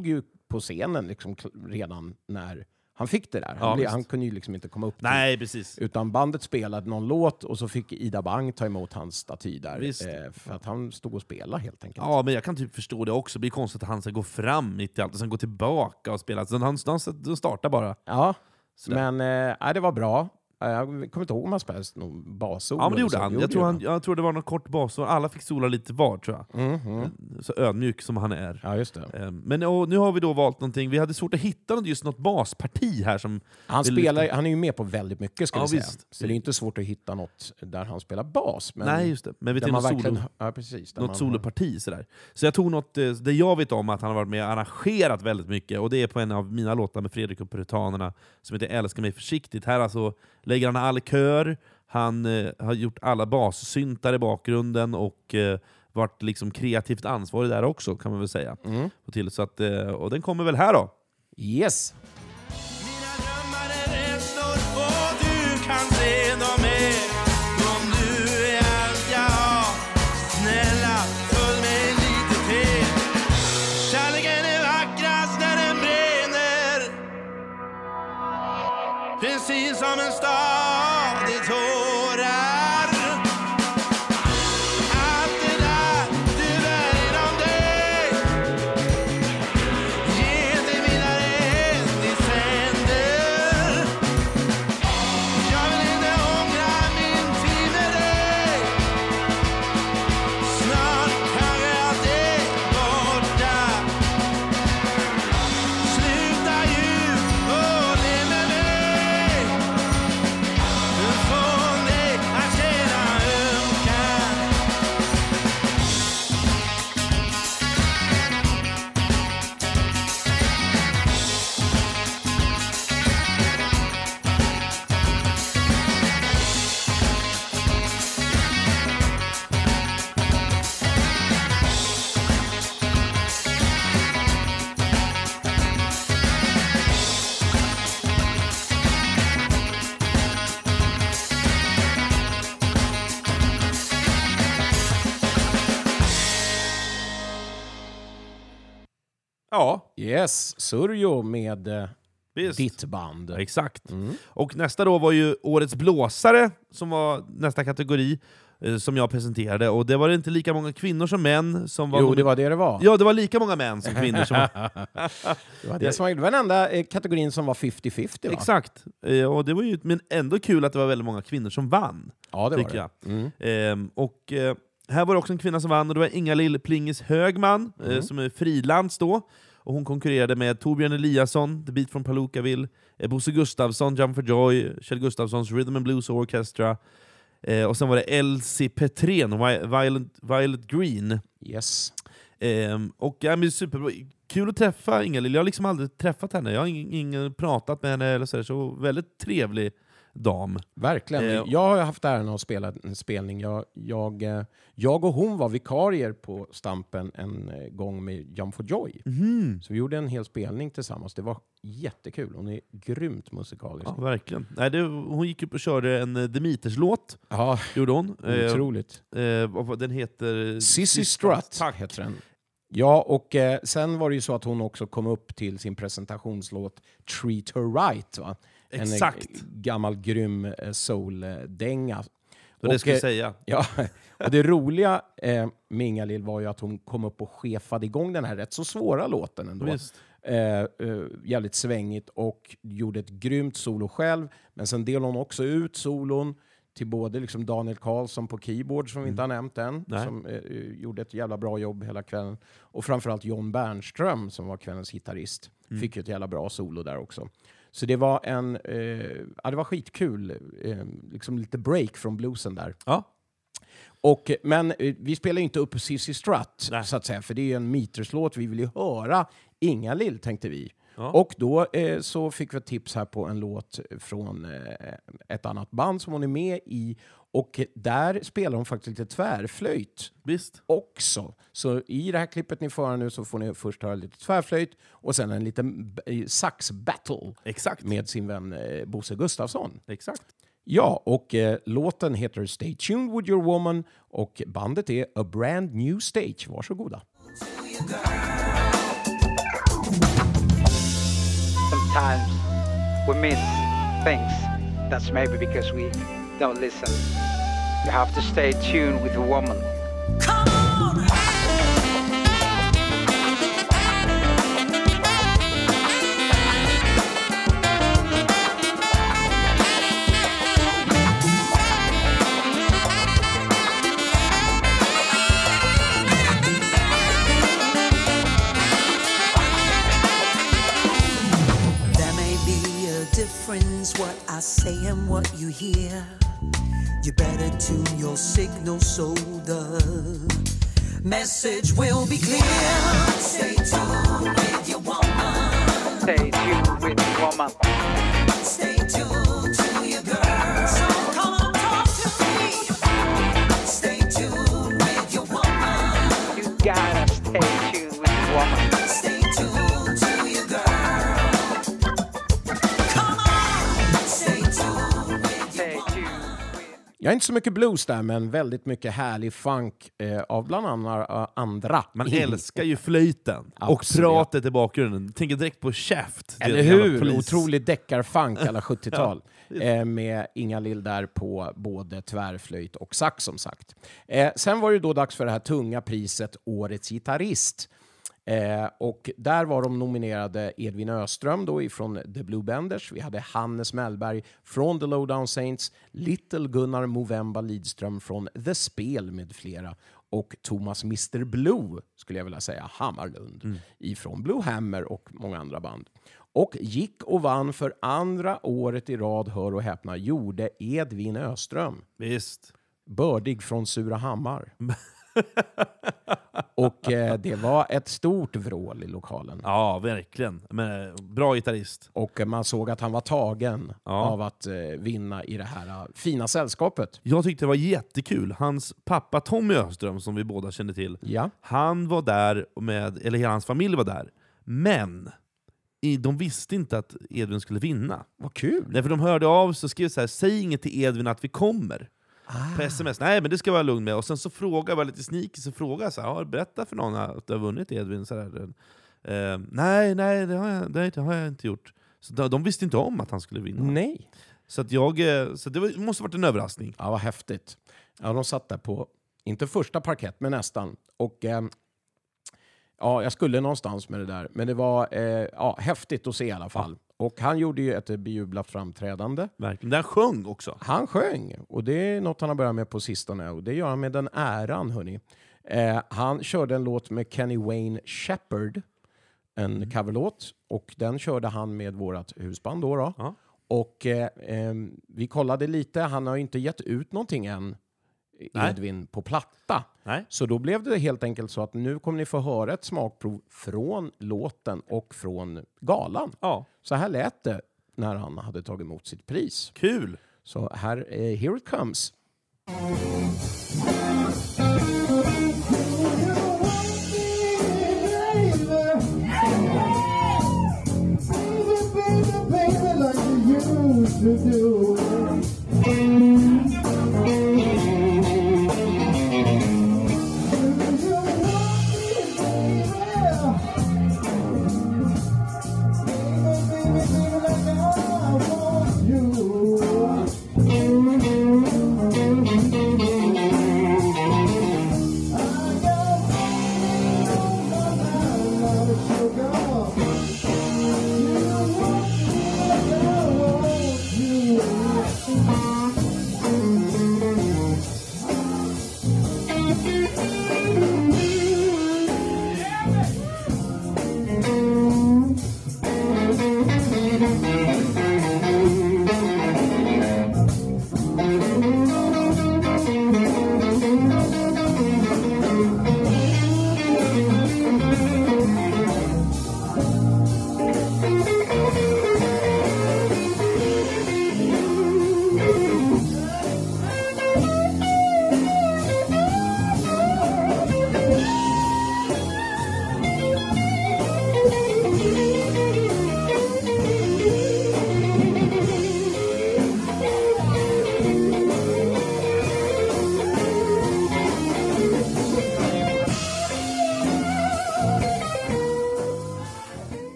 på scenen liksom, kl- redan när han fick det där. Ja, Han, ble, visst. han kunde ju liksom inte komma upp till. Nej, precis. Utan bandet spelade någon låt och så fick Ida Bang ta emot hans staty där. Visst. Eh, för att han stod och spelade helt enkelt. Ja, men jag kan typ förstå det också. Det blir konstigt att han ska gå fram mitt i allt och sen gå tillbaka och spela. Så han, han, han startar bara. Ja, Sådär. men eh, det var bra. Jag kommer inte ihåg om han spelade någon bassolo. Ja, men det gjorde eller så. han. Gjorde Jag tror, det, han. jag tror det var någon kort bas och alla fick sola lite var, tror jag. Mm, mm. Så ödmjuk som han är. Ja, just det. Eh, Men och, nu har vi då valt någonting. Vi hade svårt att hitta något, just något basparti här som... Han, vill spelar, lyfta- han är ju med på väldigt mycket, ska Ja, vi säga. visst. Så det är inte svårt att hitta något där han spelar bas. Men Nej, just det. Men vi där tänkte man något, verkligen, solo, ja, precis, där något man- soloparti. Sådär. Så jag tog något, eh, det jag vet om att han har varit med och arrangerat väldigt mycket. Och det är på en av mina låtar med Fredrik och Puritanerna som heter Älska mig försiktigt. Här alltså lägger han all kör. Han eh, har gjort alla bassyntar i bakgrunden och eh, varit liksom kreativt ansvarig där också, kan man väl säga. Mm. Och, till, så att, eh, och den kommer väl här då. Yes. Mina drömmar är rädslor och du kan se dem är. Om du är allt jag har, snälla följ mig lite till. Kärleken är vackrast när den brinner, precis som en stad i tårar. Allt det där du bär inom dig, ge det vidare än i sänder. Jag vill inte ångra min tid med dig. Snart kanske allt är borta. Sluta ljug och le med mig. Du får mig att känna ömkan. Ja, Yes, Surjo med eh, visst. ditt band. Ja, exakt. Mm. Och nästa då var ju Årets blåsare som var nästa kategori eh, som jag presenterade. Och det var inte lika många kvinnor som män som var... Jo, det var det det var. Ja, det var lika många män som kvinnor som var... Det var, det som var, det var den enda eh, kategorin som var femtio femtio, va? Exakt. Eh, och det var ju, men ändå kul att det var väldigt många kvinnor som vann. Ja, det var tycker det. jag. Mm. Ehm, och eh, här var det också en kvinna som vann, och det var Inga-Lill Plingis Högman, eh, Mm. som är frilans då. Och hon konkurrerade med Torbjörn Eliasson, The Beat from Palookaville, eh, Bosse Gustafsson, Jump for Joy, Kjell Gustafssons Rhythm and Blues Orchestra. Eh, och sen var det Elsie Petrén, Vi- Violet, Violet Green. Yes. Ehm, och ja, men superbra. Kul att träffa Inga-Lill. Jag har liksom aldrig träffat henne. Jag har ingen, ingen pratat med henne eller så, så väldigt trevlig dam. Verkligen. Eh, Jag har haft äran att spela en spelning. Jag, jag, eh, jag och hon var vikarier på Stampen en eh, gång med Jump for Joy. Mm. Så vi gjorde en hel spelning tillsammans. Det var jättekul. Hon är grymt musikalisk. Ja, verkligen. Nej, det, hon gick upp och körde en eh, Demeters-låt, Ja, gjorde hon. Eh, otroligt. eh, vad var- den heter... Sissy Strut Tack. heter den. Ja, och eh, sen var det ju så att hon också kom upp till sin presentationslåt Treat Her Right. Va? En eh, Exakt. gammal grym eh, soul-dänga. Och det ska jag eh, säga. Ja, och det roliga eh, med Inga-Lill var ju att hon kom upp och chefade igång den här rätt så svåra låten ändå. Visst. Eh, eh, jävligt svängigt och gjorde ett grymt solo själv. Men sen delade hon också ut solon till både liksom Daniel Karlsson på keyboard, som vi inte har nämnt än, Nej. som eh, gjorde ett jävla bra jobb hela kvällen. Och framförallt John Bernström, som var kvällens gitarrist, fick ju ett jävla bra solo där också. Så det var en, eh, ja, det var skitkul, eh, liksom lite break från bluesen där. Ja. Och, men eh, vi spelar ju inte upp Sissy Strut, Nej. så att säga, för det är ju en Meters-låt. Vi vill ju höra Inga-Lill, tänkte vi. Ja. Och då eh, så fick vi ett tips här på en låt från eh, ett annat band som hon är med i. Och där spelar hon faktiskt lite tvärflöjt Visst. också. Så i det här klippet ni får höra nu så får ni först höra lite tvärflöjt och sen en liten b- sax-battle Exakt. med sin vän eh, Bosse Gustafsson. Exakt. Ja, och eh, låten heter Stay Tuned With Your Woman och bandet är A Brand New Stage. Varsågoda. sometimes we miss things. That's maybe because we don't listen. You have to stay tuned with the woman. Come on! What I say and what you hear. You better tune your signal so the message will be clear. Stay tuned with your woman. Stay tuned with the woman. Stay tuned to your girl. So come on, talk to me. Stay tuned with your woman. You gotta stay tuned with the woman. Stay tuned to your girl. Jag är inte så mycket blues där, men väldigt mycket härlig funk eh, av bland annat uh, andra. Man älskar ju flöjten och Absolut. pratet i bakgrunden. Tänker direkt på Shaft. Eller hur? Otrolig deckarfunk alla sjuttiotal. eh, med Inga Lill där på både tvärflöjt och sax som sagt. Eh, sen var det då dags för det här tunga priset Årets gitarrist. Eh, och där var de nominerade Edvin Öström då ifrån The Blue Benders. Vi hade Hannes Mellberg från The Lowdown Saints, Little Gunnar Movemba Lidström från The Spel med flera och Thomas mister Blue skulle jag vilja säga Hammarlund mm. ifrån Blue Hammer och många andra band. Och gick och vann för andra året i rad, hör och häpna, gjorde Edvin Öström. Visst. Bördig från Surahammar. Och eh, det var ett stort vrål i lokalen. Ja, verkligen. Men, bra gitarrist. Och eh, man såg att han var tagen ja. av att eh, vinna i det här uh, fina sällskapet. Jag tyckte det var jättekul. Hans pappa Tommy Öström, som vi båda kände till, ja. han var där, med, eller hela hans familj var där. Men i, de visste inte att Edvin skulle vinna. Vad kul! Därför de hörde av så skrev så här: säg inget till Edvin att vi kommer. Ah. På sms, nej men det ska vara lugn med. Och sen så frågade jag lite sneaky, så frågade jag så här: berätta för någon att du har vunnit Edvin. Så här, eh, nej, nej det, har jag, nej, det har jag inte gjort. Så de, de visste inte om att han skulle vinna. Nej. Så, att jag, så det var, måste ha varit en överraskning. Ja, vad häftigt. Ja, de satt där på, inte första parkett, men nästan. Och eh, ja, jag skulle någonstans med det där. Men det var eh, ja, häftigt att se i alla fall. Ja. Och han gjorde ju ett bejublat framträdande. Verkligen. Den sjöng också. Han sjöng. Och det är något han har börjat med på sistone. Och det gör han med den äran, hörni. Eh, han körde en låt med Kenny Wayne Shepherd. En mm. coverlåt. Och den körde han med vårat husband då. då. Ja. Och eh, eh, vi kollade lite. Han har ju inte gett ut någonting än. Edvin Nej. på platta. Nej. Så då blev det helt enkelt så att nu kommer ni få höra ett smakprov från låten och från galan. Ja. Så här lät det när han hade tagit emot sitt pris. Kul! Så här, eh, here it comes.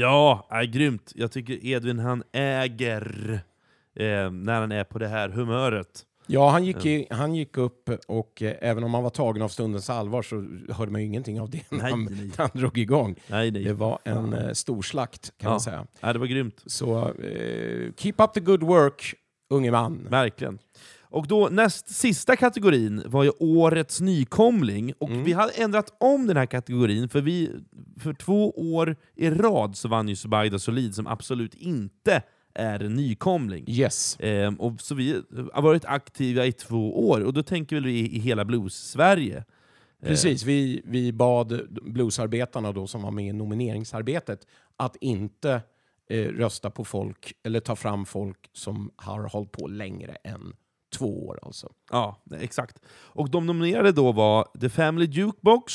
Ja, är grymt. Jag tycker Edvin han äger eh, när han är på det här humöret. Ja, han gick, i, han gick upp och eh, även om han var tagen av stundens allvar så hörde man ju ingenting av det när, Nej, han, nej. när han drog igång. Nej, nej. Det var en eh, stor slakt kan Ja. man säga. Ja, det var grymt. Så eh, keep up the good work, unge man. Verkligen. Och då näst sista kategorin var ju årets nykomling. Och Mm. vi hade ändrat om den här kategorin, för vi för två år i rad så vann ju Zubaida Solid som absolut inte är en nykomling. Yes. Ehm, och så vi har varit aktiva i två år, och då tänker väl vi i hela Blues-Sverige. Precis, vi, vi bad bluesarbetarna då, som var med i nomineringsarbetet att inte eh, rösta på folk eller ta fram folk som har hållit på längre än två år. Alltså. Ja, exakt. Och de nominerade då var The Family Jukebox,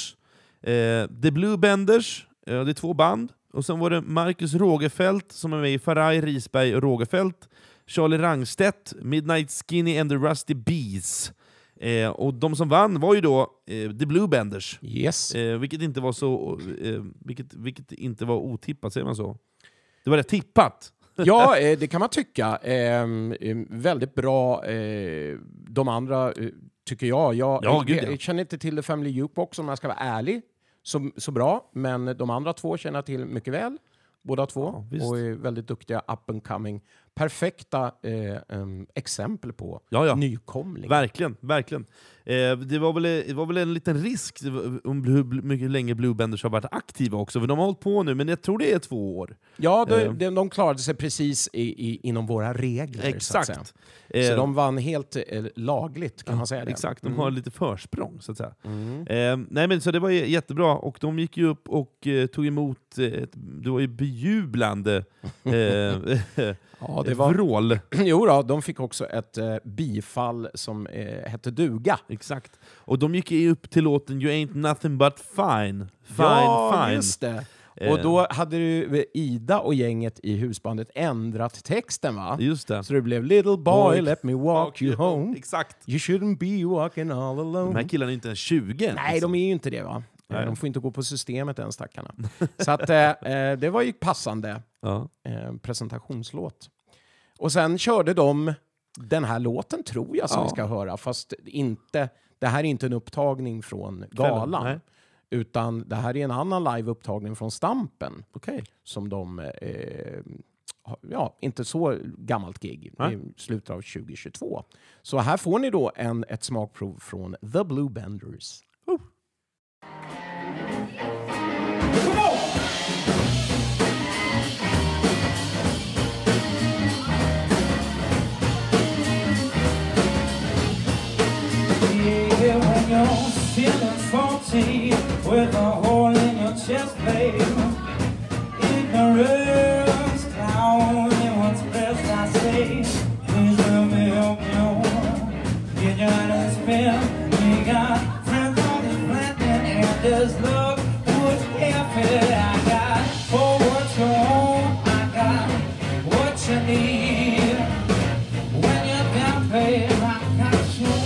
eh, The Blue Benders, eh, det är två band, och sen var det Marcus Rogefeldt som är med i Faraj, Risberg och Rogefeldt, Charlie Rangstedt, Midnight Skinny and the Rusty Bees. Eh, och de som vann var ju då eh, The Blue Benders, Yes. eh, vilket inte var så eh, vilket, vilket inte var otippat, säger man så? Det var rätt tippat. Ja, eh, det kan man tycka. Eh, eh, väldigt bra. Eh, de andra eh, tycker jag. Jag, Ja, gud, ja. jag känner inte till The Family Jukebox om jag ska vara ärlig. Så, så bra. Men de andra två känner jag till mycket väl. Båda två. Ja, visst. och är väldigt duktiga up and coming. Perfekta eh, um, exempel på Ja, ja. nykomling. Verkligen, verkligen. Eh, det, var väl, det var väl en liten risk om hur mycket länge Blue Benders har varit aktiva också, för de har hållit på nu, men jag tror det är två år. Ja, de, Eh. de, de klarade sig precis i, i, inom våra regler. Så, att Exakt. säga. Eh, så de vann helt eh, lagligt, kan man säga det. Exakt, de Mm. har lite försprång så att säga. Mm. Eh, nej men så det var j- jättebra, och de gick ju upp och eh, tog emot, eh, ett, det var ju bejublande eh, Ja, det ett var... vrål. Jo då, de fick också ett eh, bifall som eh, hette duga. Exakt. Och de gick ju upp till låten You Ain't Nothing But Fine. Fine, ja, fine. just det. Eh. Och då hade ju Ida och gänget i husbandet ändrat texten, va? Just det. Så det blev Little boy, Boy, let me walk you home. Exakt. You shouldn't be walking all alone. De här killarna är inte ens tjugo. Nej, de är ju inte det, va? Nej. De får inte gå på systemet än, stackarna. Så att, eh, eh, det var ju passande Ja. eh, presentationslåt. Och sen körde de den här låten, tror jag, som Ja. vi ska höra. Fast inte, det här är inte en upptagning från galan. Nej. Utan det här är en annan live-upptagning från Stampen. Okej. Som de, eh, har- ja, inte så gammalt gig, Nej. i slutet av tjugo tjugotvå. Så här får ni då en, ett smakprov från The Blue Benders. Yeah, when you're feeling fourteen with a hole in your chest, babe. Ignorance, clowning what's best, I say. Please let me help you. Get your hands spin. We got friends on the planet, and just look who's careful. I got for what you want, I got what you need. When you're down, babe, I got you.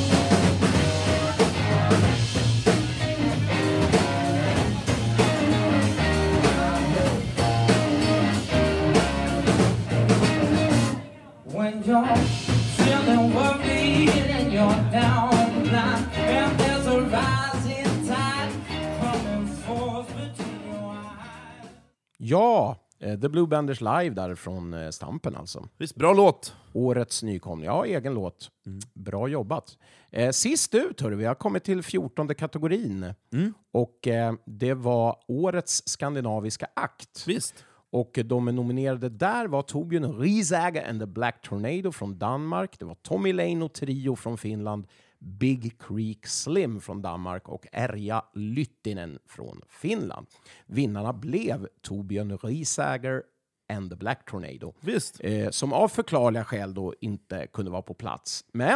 When you're feeling worried and you're down on the line, and there's a rising tide coming forth between your eyes. Ja, eh, The Blue Benders live där från eh, Stampen alltså. Visst, bra låt. Årets nykomling. Ja, egen låt. Bra jobbat. Eh, sist ut, hörru, vi har kommit till fjortonde kategorin. Mm. Och eh, det var årets skandinaviska akt. Visst. Och de nominerade där var Torbjörn Riesager and the Black Tornado från Danmark. Det var Tommy Lane och Trio från Finland. Big Creek Slim från Danmark och Erja Lyttinen från Finland. Vinnarna blev Torbjörn Riesager and the Black Tornado. Visst. Eh, som av förklarliga skäl då inte kunde vara på plats. Men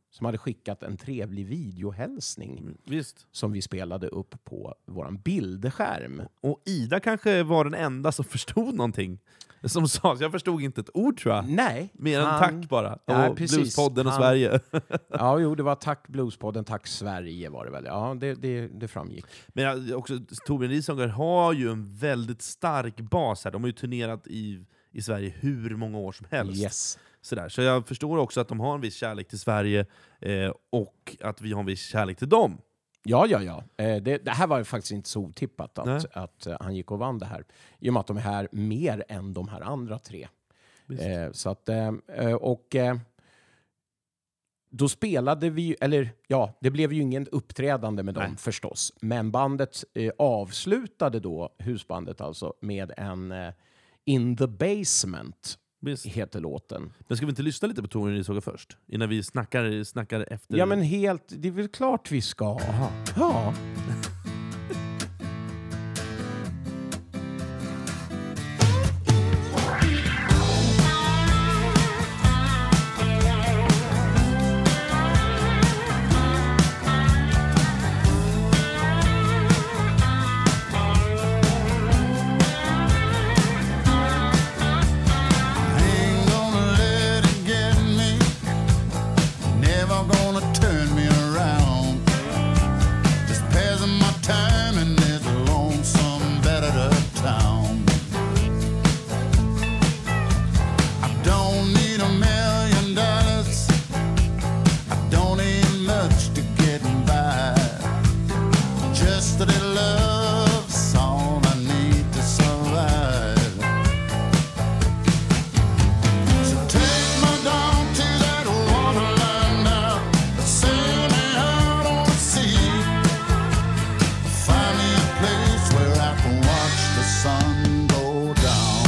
som hade skickat en trevlig videohälsning Visst. som vi spelade upp på våran bildskärm. Och Ida kanske var den enda som förstod någonting. Som sa, jag förstod inte ett ord tror jag. Nej. Mer än han- tack bara. Ja, och precis. Bluespodden och Han- Sverige. Ja, jo, det var tack Bluespodden, tack Sverige var det väl. Ja, det, det, det framgick. Men jag- också, Torbjörn Risager har ju en väldigt stark bas här. De har ju turnerat i, i Sverige hur många år som helst. Yes. Sådär. Så jag förstår också att de har en viss kärlek till Sverige eh, och att vi har en viss kärlek till dem. Ja, ja, ja. Eh, Det, det här var ju faktiskt inte så otippat Nej. att, att eh, han gick och vann det här. I och med att de är här mer än de här andra tre. Visst. Eh, så att, eh, eh, och eh, då spelade vi, eller ja, det blev ju ingen uppträdande med dem Nej. förstås. Men bandet eh, avslutade då, husbandet alltså, med en eh, In the Basement Visst. heter låten. Men ska vi inte lyssna lite på Torbjörn Risager först? Innan vi snackar, snackar efter... Ja, men helt, det är väl klart vi ska. Ja. Ain't gonna let it get me. Never gonna turn me around. Just passing my time in this lonesome better town. I don't need a million dollars. I don't need much to get by. Just a little love's all I need to survive. So take me down to that waterline now. Sail me out on the sea. Find me a place where I can watch the sun go down.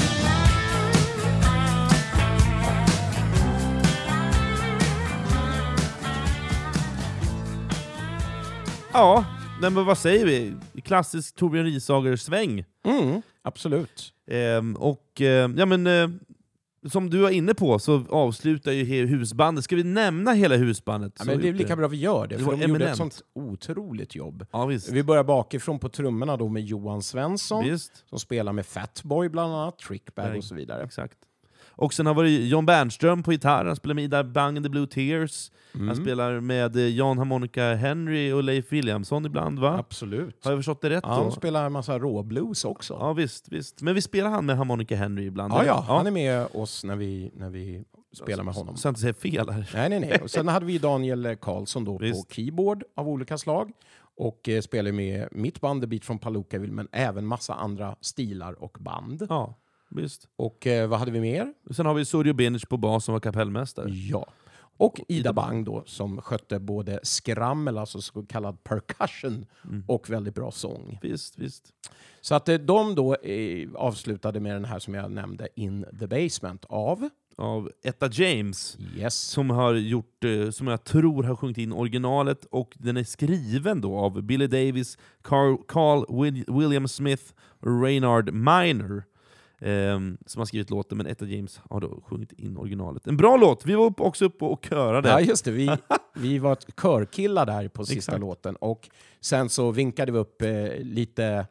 Ja, nej, men vad säger vi? Klassisk Torbjörn Risager-sväng. Mm, absolut. Ehm, och eh, ja, men, eh, som du var inne på så avslutar ju he- husbandet. Ska vi nämna hela husbandet? Ja, Så men det är gjort lika bra vi gör det, Det för var de gjorde ett eminent. sånt otroligt jobb. Ja, visst. Vi börjar bakifrån på trummorna då med Johan Svensson, visst. som spelar med Fatboy bland annat, Trickbag Nej, och så vidare. Exakt. Och sen har vi John Bernström på gitarr, han spelar med Ida Bang and the Blue Tears. Mm. Han spelar med eh, Jan Harmonica Henry och Leif Williamson ibland, va? Absolut. Har jag förstått det rätt Ja, då? de spelar en massa råblues också. Ja, visst, visst. Men vi spelar han med Harmonica Henry ibland? Ja, eller? ja, han är med oss när vi, när vi spelar med honom. Så jag inte säger fel här. Nej, nej, nej. Och sen hade vi Daniel Karlsson då på Visst. keyboard av olika slag. Och eh, spelar med mitt band The Beat från Palookaville, men även massa andra stilar och band. Ja, visst. Och eh, vad hade vi mer? Sen har vi Surjo Binic på bas som var kapellmästare. Ja. Och Ida Bang då, som skötte både skrammel, alltså så kallad percussion, Mm. och väldigt bra sång. Visst, visst. Så att eh, de då eh, avslutade med den här som jag nämnde, In the Basement av... Av Etta James. Yes. Som har gjort, eh, som jag tror har sjungit in originalet, och den är skriven då av Billy Davis, Carl, Carl Will, William Smith och Reynard Minor. ehm, som har skrivit låten, men Etta James har då sjungit in originalet. En bra låt! Vi var upp, också uppe och körade. Ja, just det. Vi, vi var körkillar där på sista Exakt. låten. Och sen så vinkade vi upp eh, lite,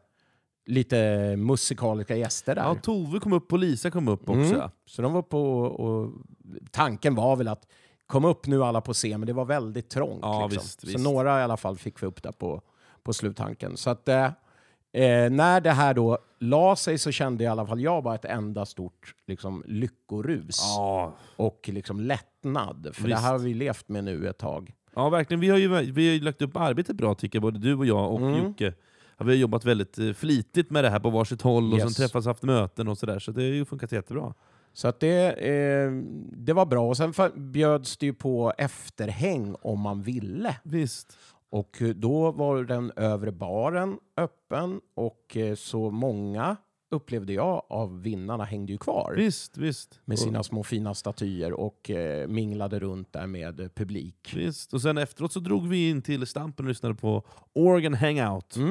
lite musikaliska gäster där. Ja, Tove kom upp och Lisa kom upp också. Mm. Så de var på, och tanken var väl att komma upp nu alla på scen, men det var väldigt trångt. Ja, liksom. visst, så visst. några i alla fall fick vi upp där på, på sluttanken. Så att eh, eh, när det här då la sig så kände i alla fall jag bara ett enda stort liksom, lyckorus. Ja. Och liksom lättnad. För Visst. det här har vi levt med nu ett tag. Ja, verkligen. Vi har ju, vi har ju lagt upp arbetet bra tycker jag, både du och jag och Mm. Jocke. Ja, vi har jobbat väldigt eh, flitigt med det här på varsitt håll och Yes. sen träffats och haft möten och sådär, så det har ju funkat jättebra. Så att det, eh, det var bra. Och sen fa- bjöds det ju på efterhäng om man ville. Visst. Och eh, då var den övre baren öppen och eh, så många, upplevde jag, av vinnarna hängde ju kvar. Visst, visst. Med sina och, små fina statyer och eh, minglade runt där med eh, publik. visst. Och sen efteråt så drog vi in till Stampen och lyssnade på Organ Hangout. Mm.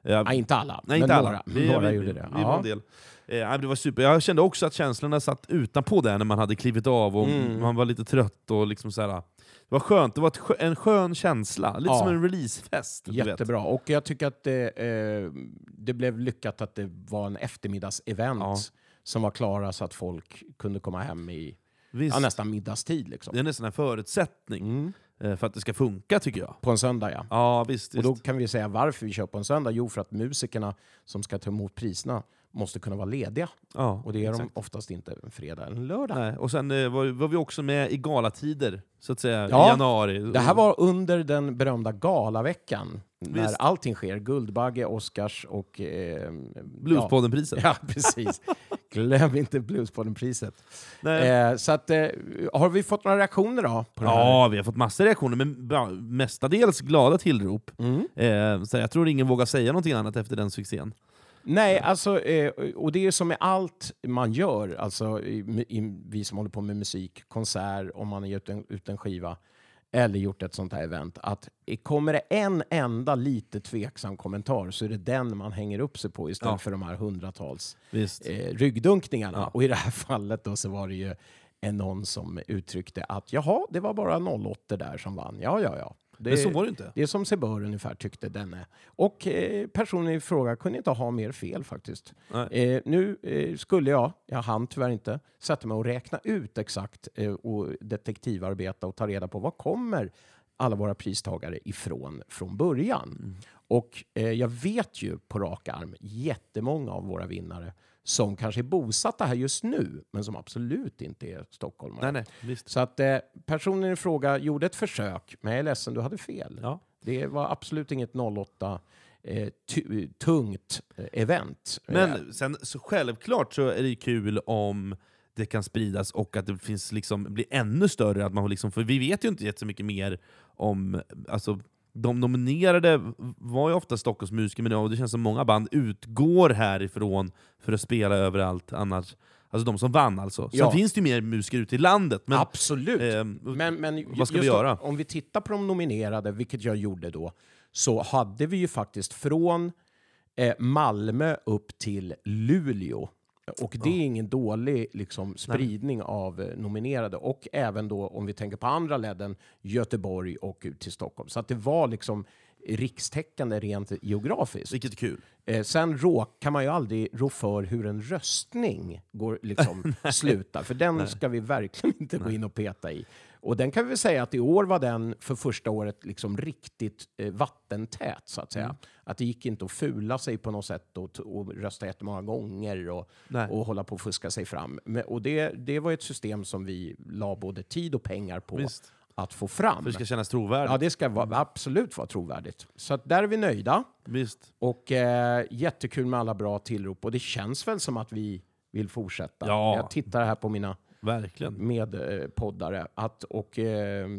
Ja, Nej, inte alla, nej, men inte några, alla. Vi, några vi, gjorde det. Vi Ja. var en del. Eh, det var super. Jag kände också att känslorna satt utanpå det när man hade klivit av och Mm. man var lite trött. Och liksom så här, det var skönt, det var ett skö, en skön känsla. Lite Ja. som en releasefest. du vet. Jättebra. Och jag tycker att det, eh, det blev lyckat att det var en eftermiddagsevent Ja. som var klara så att folk kunde komma hem i Visst. ja, nästan middagstid. Liksom. Det är nästan en förutsättning Mm. eh, för att det ska funka, tycker jag. På en söndag, ja. Ja, visst. Och då visst. kan vi säga varför vi kör på en söndag. Jo, för att musikerna som ska ta emot priserna måste kunna vara lediga. Ja, Och det är exakt. de oftast inte en fredag eller en lördag. Nej. Och sen eh, var, var vi också med i galatider, så att säga, Ja, i januari. Det här var under den berömda galaveckan. När Visst. allting sker. Guldbagge, Oscars och... Eh, Bluespodden-priset. Ja, ja, precis. Glöm inte Bluespodden-priset. Nej. Eh, så att, eh, har vi fått några reaktioner då? På det här? Ja, vi har fått massor av reaktioner, men ja, mestadels glada tillrop. Mm. Eh, så jag tror ingen vågar säga någonting annat efter den succén. Nej, alltså, eh, och det är som med allt man gör, alltså i, i, vi som håller på med musik, konsert, om man har gjort en, ut en skiva eller gjort ett sånt här event, att kommer det en enda lite tveksam kommentar så är det den man hänger upp sig på istället Ja. för de här hundratals Visst. eh, ryggdunkningarna. Ja. Och i det här fallet då så var det ju en någon som uttryckte att jaha, det var bara noll åtta där som vann. Ja, ja, ja. Det, Men så var det inte. det är som sig bör ungefär, tyckte denne. Och eh, personen i fråga kunde inte ha mer fel faktiskt. Eh, nu eh, skulle jag, jag hann tyvärr inte, sätta mig och räkna ut exakt eh, och detektivarbeta och ta reda på vad kommer alla våra pristagare ifrån från början. Mm. Och eh, jag vet ju på rak arm jättemånga av våra vinnare som kanske är bosatta här just nu, men som absolut inte är stockholmare. Nej, nej, visst. Så att eh, personen i fråga gjorde ett försök, men jag är ledsen, du hade fel. Ja. Det var absolut inget noll åtta eh, tu- tungt eh, event. Eh, Men sen, så självklart så är det ju kul om det kan spridas och att det finns liksom, blir ännu större. Att man liksom, för vi vet ju inte jättemycket mer om... Alltså, de nominerade var ju ofta Stockholmsmusiker, men ja, det känns som många band utgår härifrån för att spela överallt annars. Alltså de som vann alltså. Sen Ja. finns det ju mer musiker ute i landet. Men, Absolut. eh, men, men vad ska just vi göra? Om, om vi tittar på de nominerade, vilket jag gjorde då, så hade vi ju faktiskt från eh, Malmö upp till Luleå. Och det är ingen dålig liksom, spridning av eh, nominerade. Och även då, om vi tänker på andra ledden, Göteborg och ut till Stockholm. Så att det var liksom rikstäckande rent geografiskt. Vilket är kul. Eh, sen rå, kan man ju aldrig rå för hur en röstning går, liksom, slutar. För den ska vi verkligen inte gå in och peta i. Och den kan vi väl säga att i år var den för första året liksom riktigt eh, vattentät, så att säga. Mm. Att det gick inte att fula sig på något sätt och, och rösta jättemånga gånger och, Nej. och hålla på att fuska sig fram. Men, och det, det var ett system som vi la både tid och pengar på Visst. att få fram. För det ska kännas trovärdigt. Ja, det ska vara, absolut vara trovärdigt. Så att där är vi nöjda. Visst. Och eh, jättekul med alla bra tillrop. Och det känns väl som att vi vill fortsätta. Ja. Jag tittar här på mina Verkligen. medpoddare. Att, och eh,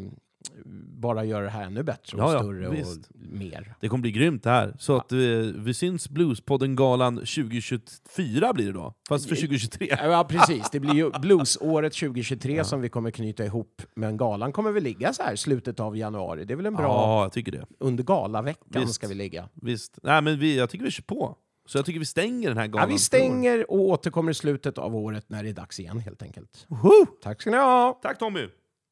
bara göra det här ännu bättre och Ja, ja, större visst. och mer. Det kommer bli grymt det här. Så att vi, vi syns Bluespodden-galan tjugo tjugofyra blir det då. Fast för tjugo tjugotre. Ja, precis. Det blir ju bluesåret tjugo tjugotre som vi kommer knyta ihop. Men galan kommer väl ligga så här slutet av januari. Det är väl en bra... Ja, jag tycker det. Under galaveckan Visst. ska vi ligga. Visst. Nej, men vi, jag tycker vi kör på. Så jag tycker vi stänger den här Ja, galan. vi stänger och återkommer i slutet av året när det är dags igen, helt enkelt. Woho! Tack ska ni ha! Tack Tommy!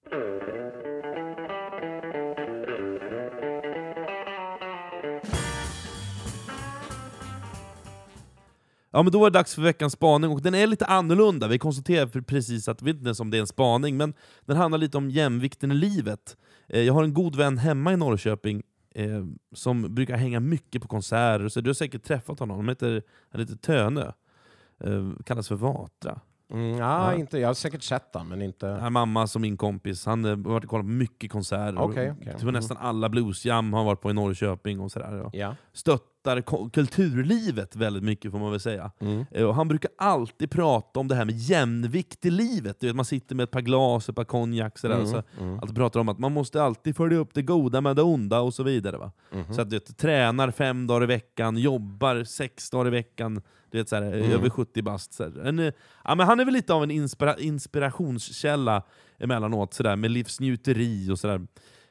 Ja, men då var det dags för veckans spaning, och den är lite annorlunda. Vi konstaterar för precis att vi vet inte ens om det är en spaning, men den handlar lite om jämvikten i livet. Eh, jag har en god vän hemma i Norrköping eh, som brukar hänga mycket på konserter, så du har säkert träffat honom. Han heter, han heter Tönö. Eh, kallas för Vatra. Mm, ja, Ja. Inte, jag har säkert sett den, men inte... Ja, mamma som min kompis, han har varit och kollat på mycket konserter. Okej, Och okej. typ nästan alla bluesjam har varit på i Norrköping och sådär. Ja. Ja. Stöttar ko- kulturlivet väldigt mycket, får man väl säga. Mm. Eh, Och han brukar alltid prata om det här med jämvikt i livet. Du vet, man sitter med ett par glas, ett par konjak, sådär, Mm, så mm. alltid pratar om att man måste alltid följa upp det goda med det onda och så vidare. Va? Mhm. Så att du vet, tränar fem dagar i veckan, jobbar sex dagar i veckan, du vet, såhär, Mm. över sjuttio bast. Såhär. En, eh, ja, men han är väl lite av en inspira- inspirationskälla emellanåt, sådär, med livsnjuteri och sådär.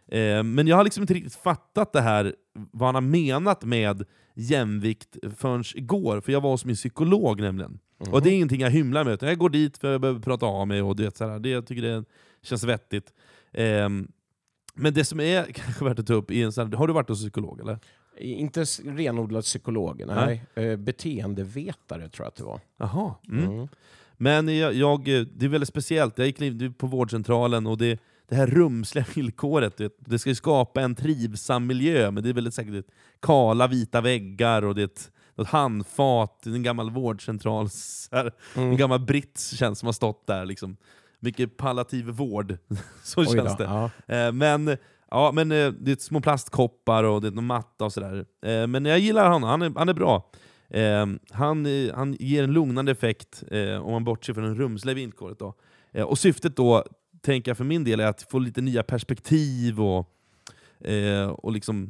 Eh, men jag har liksom inte riktigt fattat det här, vad han har menat med jämvikt förrän igår, för jag var hos min psykolog nämligen. Mm. Och det är ingenting jag hymlar med, utan jag går dit för att jag behöver prata av mig, och du vet, så här, det, jag tycker det känns vettigt. Eh, men det som är kanske värt att ta upp, är en sån här, har du varit hos psykolog eller? Inte s- renodlad psykolog, nej. Eh, beteendevetare tror jag att det var. Jaha. Mm. Mm. Men jag, jag, det är väldigt speciellt. Jag gick på vårdcentralen, och det, det här rumsliga villkoret, det, det ska ju skapa en trivsam miljö, men det är väldigt säkert kala vita väggar, och det är ett, ett handfat, en gammal vårdcentral, så här, Mm. en gammal brits känns som har stått där. Liksom. Mycket palliativ vård, så Oj känns då, det. ja. Eh, men ja, men eh, det är små plastkoppar och det är någon matta och sådär. Eh, men jag gillar honom, han är, han är bra. Eh, han, eh, han ger en lugnande effekt eh, om man bortser från den rumsliga villkoret då. Eh, och syftet då, tänker jag för min del, är att få lite nya perspektiv och, eh, och liksom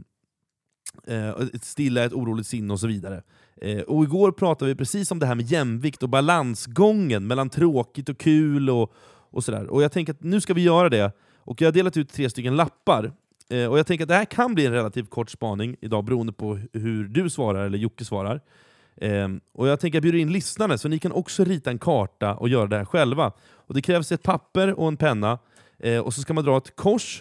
eh, ett stilla ett oroligt sinne och så vidare. Eh, och igår pratade vi precis om det här med jämvikt och balansgången mellan tråkigt och kul och, och sådär. Och jag tänker att nu ska vi göra det. Och jag har delat ut tre stycken lappar. Eh, och jag tänker att det här kan bli en relativt kort spaning idag, beroende på hur du svarar eller Jocke svarar. Eh, och jag tänker att jag bjuder in lyssnarna, så ni kan också rita en karta och göra det här själva. Och det krävs ett papper och en penna. Eh, och så ska man dra ett kors.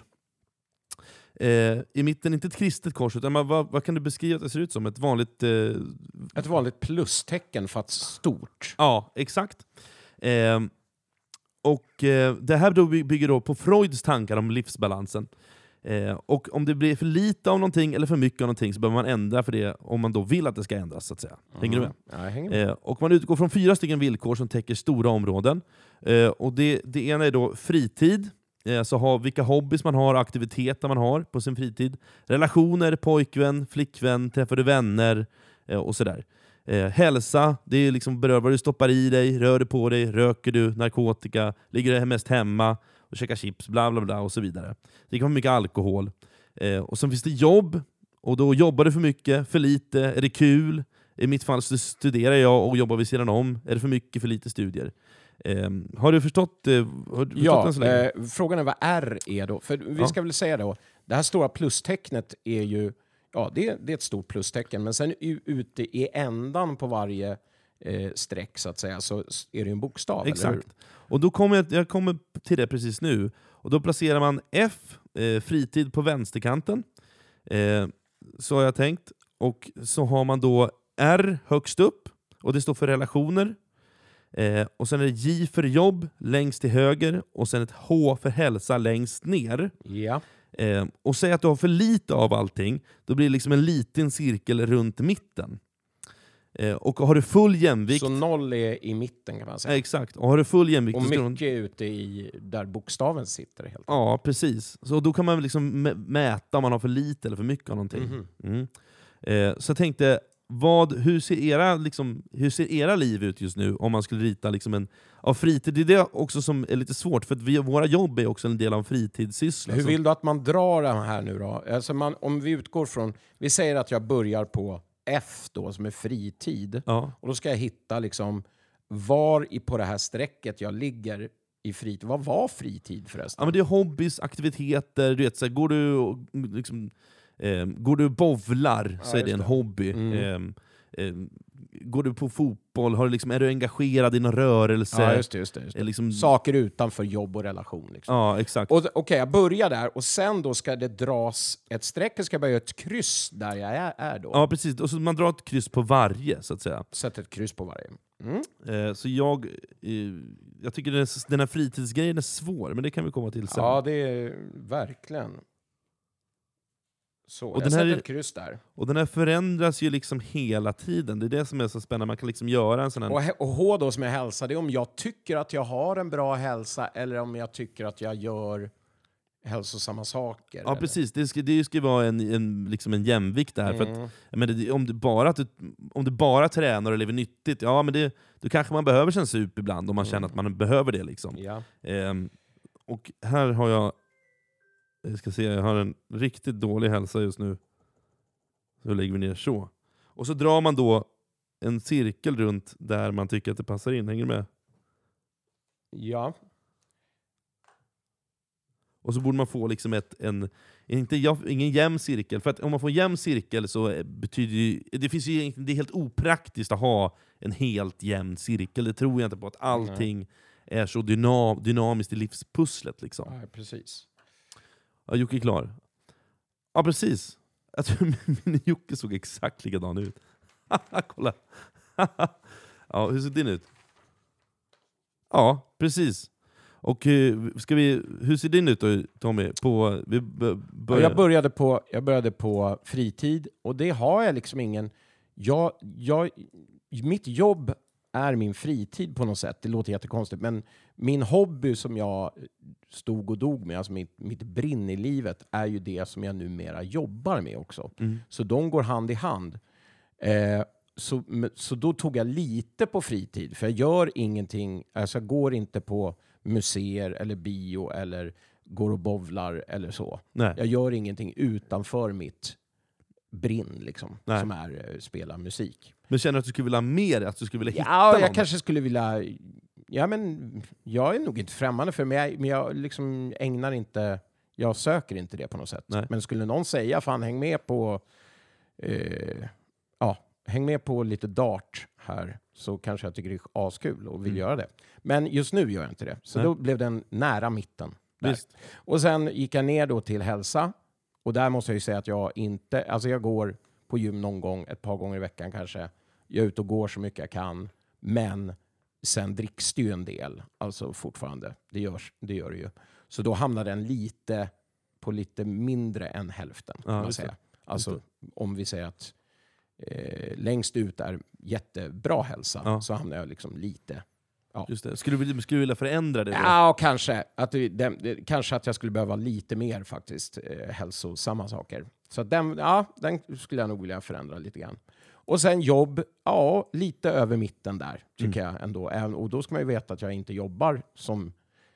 Eh, I mitten, inte ett kristet kors, utan man, vad, vad kan du beskriva att det ser ut som? Ett vanligt... Eh, Ett vanligt plustecken, fast stort. Ja, exakt. Eh, och eh, det här då bygger då på Freuds tankar om livsbalansen. Eh, och om det blir för lite av någonting eller för mycket av någonting, så behöver man ändra för det om man då vill att det ska ändras, så att säga. Hänger Mm. du med? Ja, jag hänger med. Eh, och man utgår från fyra stycken villkor som täcker stora områden. Eh, och det, det ena är då fritid. Eh, så ha, vilka hobbys man har, aktiviteter man har på sin fritid. Relationer, pojkvän, flickvän, träffar du vänner eh, och sådär. Eh, hälsa, det är liksom berör vad du stoppar i dig, rör du på dig, röker du, narkotika, ligger du mest hemma och käkar chips, bla bla bla och så vidare. Det kan vara mycket alkohol. Eh, och sen finns det jobb, och då jobbar du för mycket, för lite, är det kul? I mitt fall så studerar jag och jobbar vid sidan om. Är det för mycket, för lite studier? Eh, har du förstått, eh, har du förstått Ja, den så länge? eh, frågan är vad R är då. För vi Ja. ska väl säga då, det här stora plustecknet är ju, ja det, är- det är ett stort plustecken, men sen u- ute i ändan på varje eh, streck så att säga, så s- är det ju en bokstav, eller hur? Exakt. Och då kommer jag, jag kommer till det precis nu. Och då placerar man F, eh, fritid, på vänsterkanten. Eh, så har jag tänkt. Och så har man då R högst upp, och det står för relationer. Eh, och sen är det J för jobb längst till höger, och sen ett H för hälsa längst ner. Ja. Eh, och säg att du har för lite av allting, då blir det liksom en liten cirkel runt mitten. Eh, och har du full jämvikt... Så noll är i mitten kan man Ja, säga. exakt. Och har du full jämvikt... Och då ska du- mycket ute i där bokstaven sitter helt. Ja, precis. Så då kan man liksom mä- mäta om man har för lite eller för mycket av någonting. Mhm. Mm. Eh, så jag tänkte, vad, hur, ser era, liksom, hur ser era liv ut just nu om man skulle rita liksom en av fritid? Det är det också som är lite svårt, för att vi, våra jobb är också en del av fritidssyssla. Hur Så- vill du att man drar det här nu då? Alltså man, om vi utgår från, vi säger att jag börjar på F då, som är fritid. Ja. Och då ska jag hitta liksom var i, på det här strecket jag ligger i fritid. Vad var fritid förresten? Ja, men det är hobbys, aktiviteter, du vet, så här, går du och, liksom, eh, går du och bowlar, så Ja, är det just en det. hobby. Mm. Eh, eh, går du på fotboll, har du liksom, är du engagerad i någon rörelse? Ja, just det. Just det, just det. Är liksom, Saker utanför jobb och relation. Liksom. ja, exakt. Och Okej, jag börjar där och sen då ska det dras ett streck, eller ska jag bara göra ett kryss där jag är, är då? Ja, precis. Och så man drar ett kryss på varje, så att säga. Sätt ett kryss på varje. Mm. Eh, så jag, eh, jag tycker den, den här fritidsgrejen är svår, men det kan vi komma till sen. Ja, det är verkligen. Så, Och jag den sätter här- ett kryss där. Och den här förändras ju liksom hela tiden. Det är det som är så spännande. Man kan liksom göra en sån här... Och, he- och H då som är hälsa, det är om jag tycker att jag har en bra hälsa eller om jag tycker att jag gör hälsosamma saker. Ja, eller? precis. Det ska, det ska vara en, en, liksom en jämvikt där. För att, Mm. men det, om, du bara, att du, om du bara tränar och lever nyttigt, ja, men det, då kanske man behöver sig en sup ibland om man känner att man behöver det. Liksom. Ja. Ehm, och här har jag... Jag ska se, jag har en riktigt dålig hälsa just nu. Så lägger vi ner så. Och så drar man då en cirkel runt där man tycker att det passar in. Hänger du med? Ja. Och så borde man få liksom ett, en, inte, ingen jämn cirkel. För att om man får en jämn cirkel så betyder ju, det finns ju, det är helt opraktiskt att ha en helt jämn cirkel. Det tror jag inte på, att allting mm. är så dynam, dynamiskt i livspusslet. Liksom. Ja, precis. Ja, Jocke är klar. Ja, precis. Jag tror min Jocke såg exakt likadan ut. Kolla. Ja, hur ser din ut? Ja, precis. Och ska vi, hur ser din ut då, Tommy? På, vi börjar. Ja, jag, började på, jag började på fritid, och det har jag liksom ingen... Jag, jag, mitt jobb är min fritid på något sätt. Det låter jättekonstigt, men min hobby som jag stod och dog med, alltså mitt, mitt brinn i livet, är ju det som jag numera jobbar med också. Mm. Så de går hand i hand. Eh, så, så då tog jag lite på fritid, för jag gör ingenting, alltså jag går inte på museer eller bio eller går och bovlar eller så. Nej. Jag gör ingenting utanför mitt brinn liksom, Nej. som är uh, spela musik. Men känner du att du skulle vilja ha mer? Att du skulle vilja hitta ja, någon? jag kanske skulle vilja... Ja, men jag är nog inte främmande för mig, men jag liksom ägnar inte... Jag söker inte det på något sätt. Nej. Men skulle någon säga, fan häng med på... Uh, ja, häng med på lite dart här, så kanske jag tycker det är askul och vill mm. göra det. Men just nu gör jag inte det. Så Nej. Då blev den nära mitten. Där. Och sen gick jag ner då till hälsa. Och där måste jag ju säga att jag inte... Alltså jag går på gym någon gång, ett par gånger i veckan kanske. Jag är ute och går så mycket jag kan. Men sen dricks det ju en del. Alltså fortfarande. Det, görs, det gör det ju. Så då hamnar den lite på lite mindre än hälften. Kan ja, man säga. Alltså om vi säger att eh, längst ut är jättebra hälsa. Ja. Så hamnar jag liksom lite... Ja. Just det. Skulle du, skulle du vilja förändra det? Då? Ja, kanske. Att det, det, det, kanske att jag skulle behöva lite mer faktiskt eh, hälsosamma saker. Så den, ja, den skulle jag nog vilja förändra lite grann. Och sen jobb, ja, lite över mitten där, tycker mm. jag ändå. Även, och då ska man ju veta att jag inte jobbar som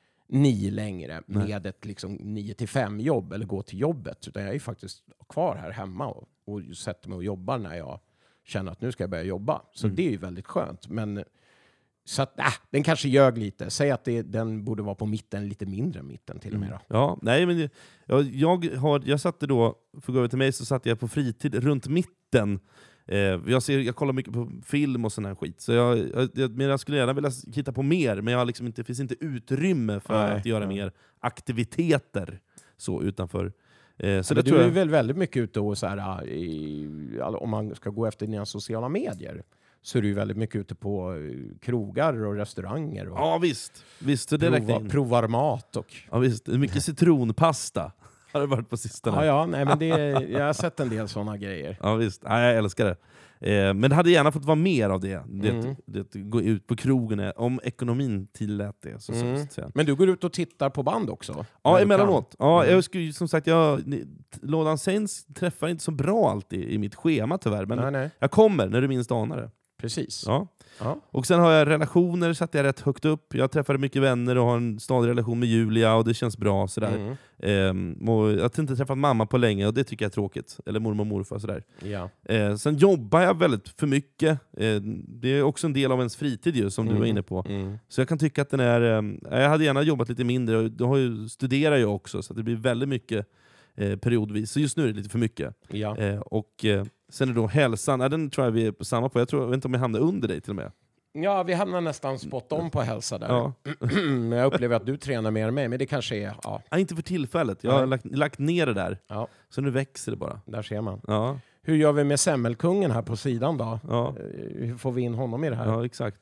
ni längre med Nej. Ett liksom nio till fem jobb eller gå till jobbet. Utan jag är faktiskt kvar här hemma och, och sätter mig och jobbar när jag känner att nu ska jag börja jobba. Så mm. det är ju väldigt skönt. Men... Så att, äh, den kanske ljög lite. Säg att det, den borde vara på mitten, lite mindre mitten till och med. Då. Mm. Ja, nej, men jag, jag, har, jag satte då, för att gå över till mig, så satt jag på fritid runt mitten. Eh, jag, ser, jag kollar mycket på film och sån här skit. Så jag, jag, men jag skulle gärna vilja hitta på mer, men jag liksom inte, det finns inte utrymme för nej, att göra nej. mer aktiviteter så utanför. Eh, så det du tror jag... är väl väldigt mycket ute och så här, i, om man ska gå efter dina sociala medier. Så är det ju väldigt mycket ute på krogar och restauranger. Och ja, visst. visst så det prova, provar mat. Och... Ja, visst. Mycket citronpasta har det varit på sistone. Ja, ja nej, men det, jag har sett en del sådana grejer. Ja, visst. Ja, jag älskar det. Eh, men det hade gärna fått vara mer av det. Det, mm. det, det gå ut på krogen, om ekonomin tillät det. Så, mm. så, så. Men du går ut och tittar på band också? Ja, emellanåt. Ja, mm. jag skulle, som sagt, jag, Lådan Saints träffar inte så bra alltid i mitt schema tyvärr. Men nej, nej. jag kommer när du minst anar det. Precis. Ja. Ja. Och sen har jag relationer, satt jag rätt högt upp. Jag träffade mycket vänner och har en stadig relation med Julia och det känns bra. Sådär. Mm. Ehm, och jag har inte träffat mamma på länge och det tycker jag är tråkigt. Eller mormor och morfar. Sådär. Ja. Ehm, sen jobbar jag väldigt för mycket. Ehm, det är också en del av ens fritid ju, som mm. du var inne på. Mm. Så jag kan tycka att den är... Um, jag hade gärna jobbat lite mindre och då har ju, studerar jag också så att det blir väldigt mycket eh, periodvis. Så just nu är det lite för mycket. Ja. Ehm, och... Eh, Sen är det då hälsan, ja, den tror jag vi är på samma på. Jag, tror, jag vet inte om jag hamnar under dig till och med. Ja, vi hamnar nästan spot on på hälsa där. Ja. Men jag upplever att du tränar mer än mig, men det kanske är... Ja. Ja, inte för tillfället. Jag har lagt, lagt ner det där. Ja. Så nu växer det bara. Där ser man. Ja. Hur gör vi med semmelkungen här på sidan då? Ja. Hur får vi in honom i det här? Ja, exakt.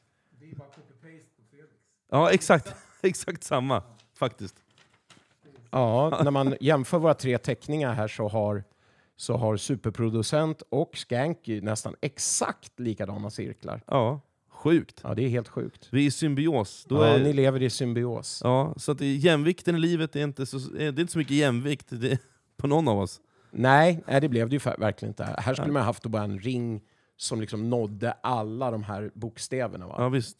Ja, exakt. Exakt samma, faktiskt. Ja, när man jämför våra tre teckningar här så har... så har Superproducent och Skanky nästan exakt likadana cirklar. Ja, sjukt. Ja, det är helt sjukt. Vi är i symbios. Då ja, är... ni lever i symbios. Ja, så att jämvikten i livet är inte så, det är inte så mycket jämvikt det, på någon av oss. Nej, nej, det blev det ju verkligen inte. Här skulle man haft bara en ring som liksom nådde alla de här bokstäverna. Va? Ja, visst.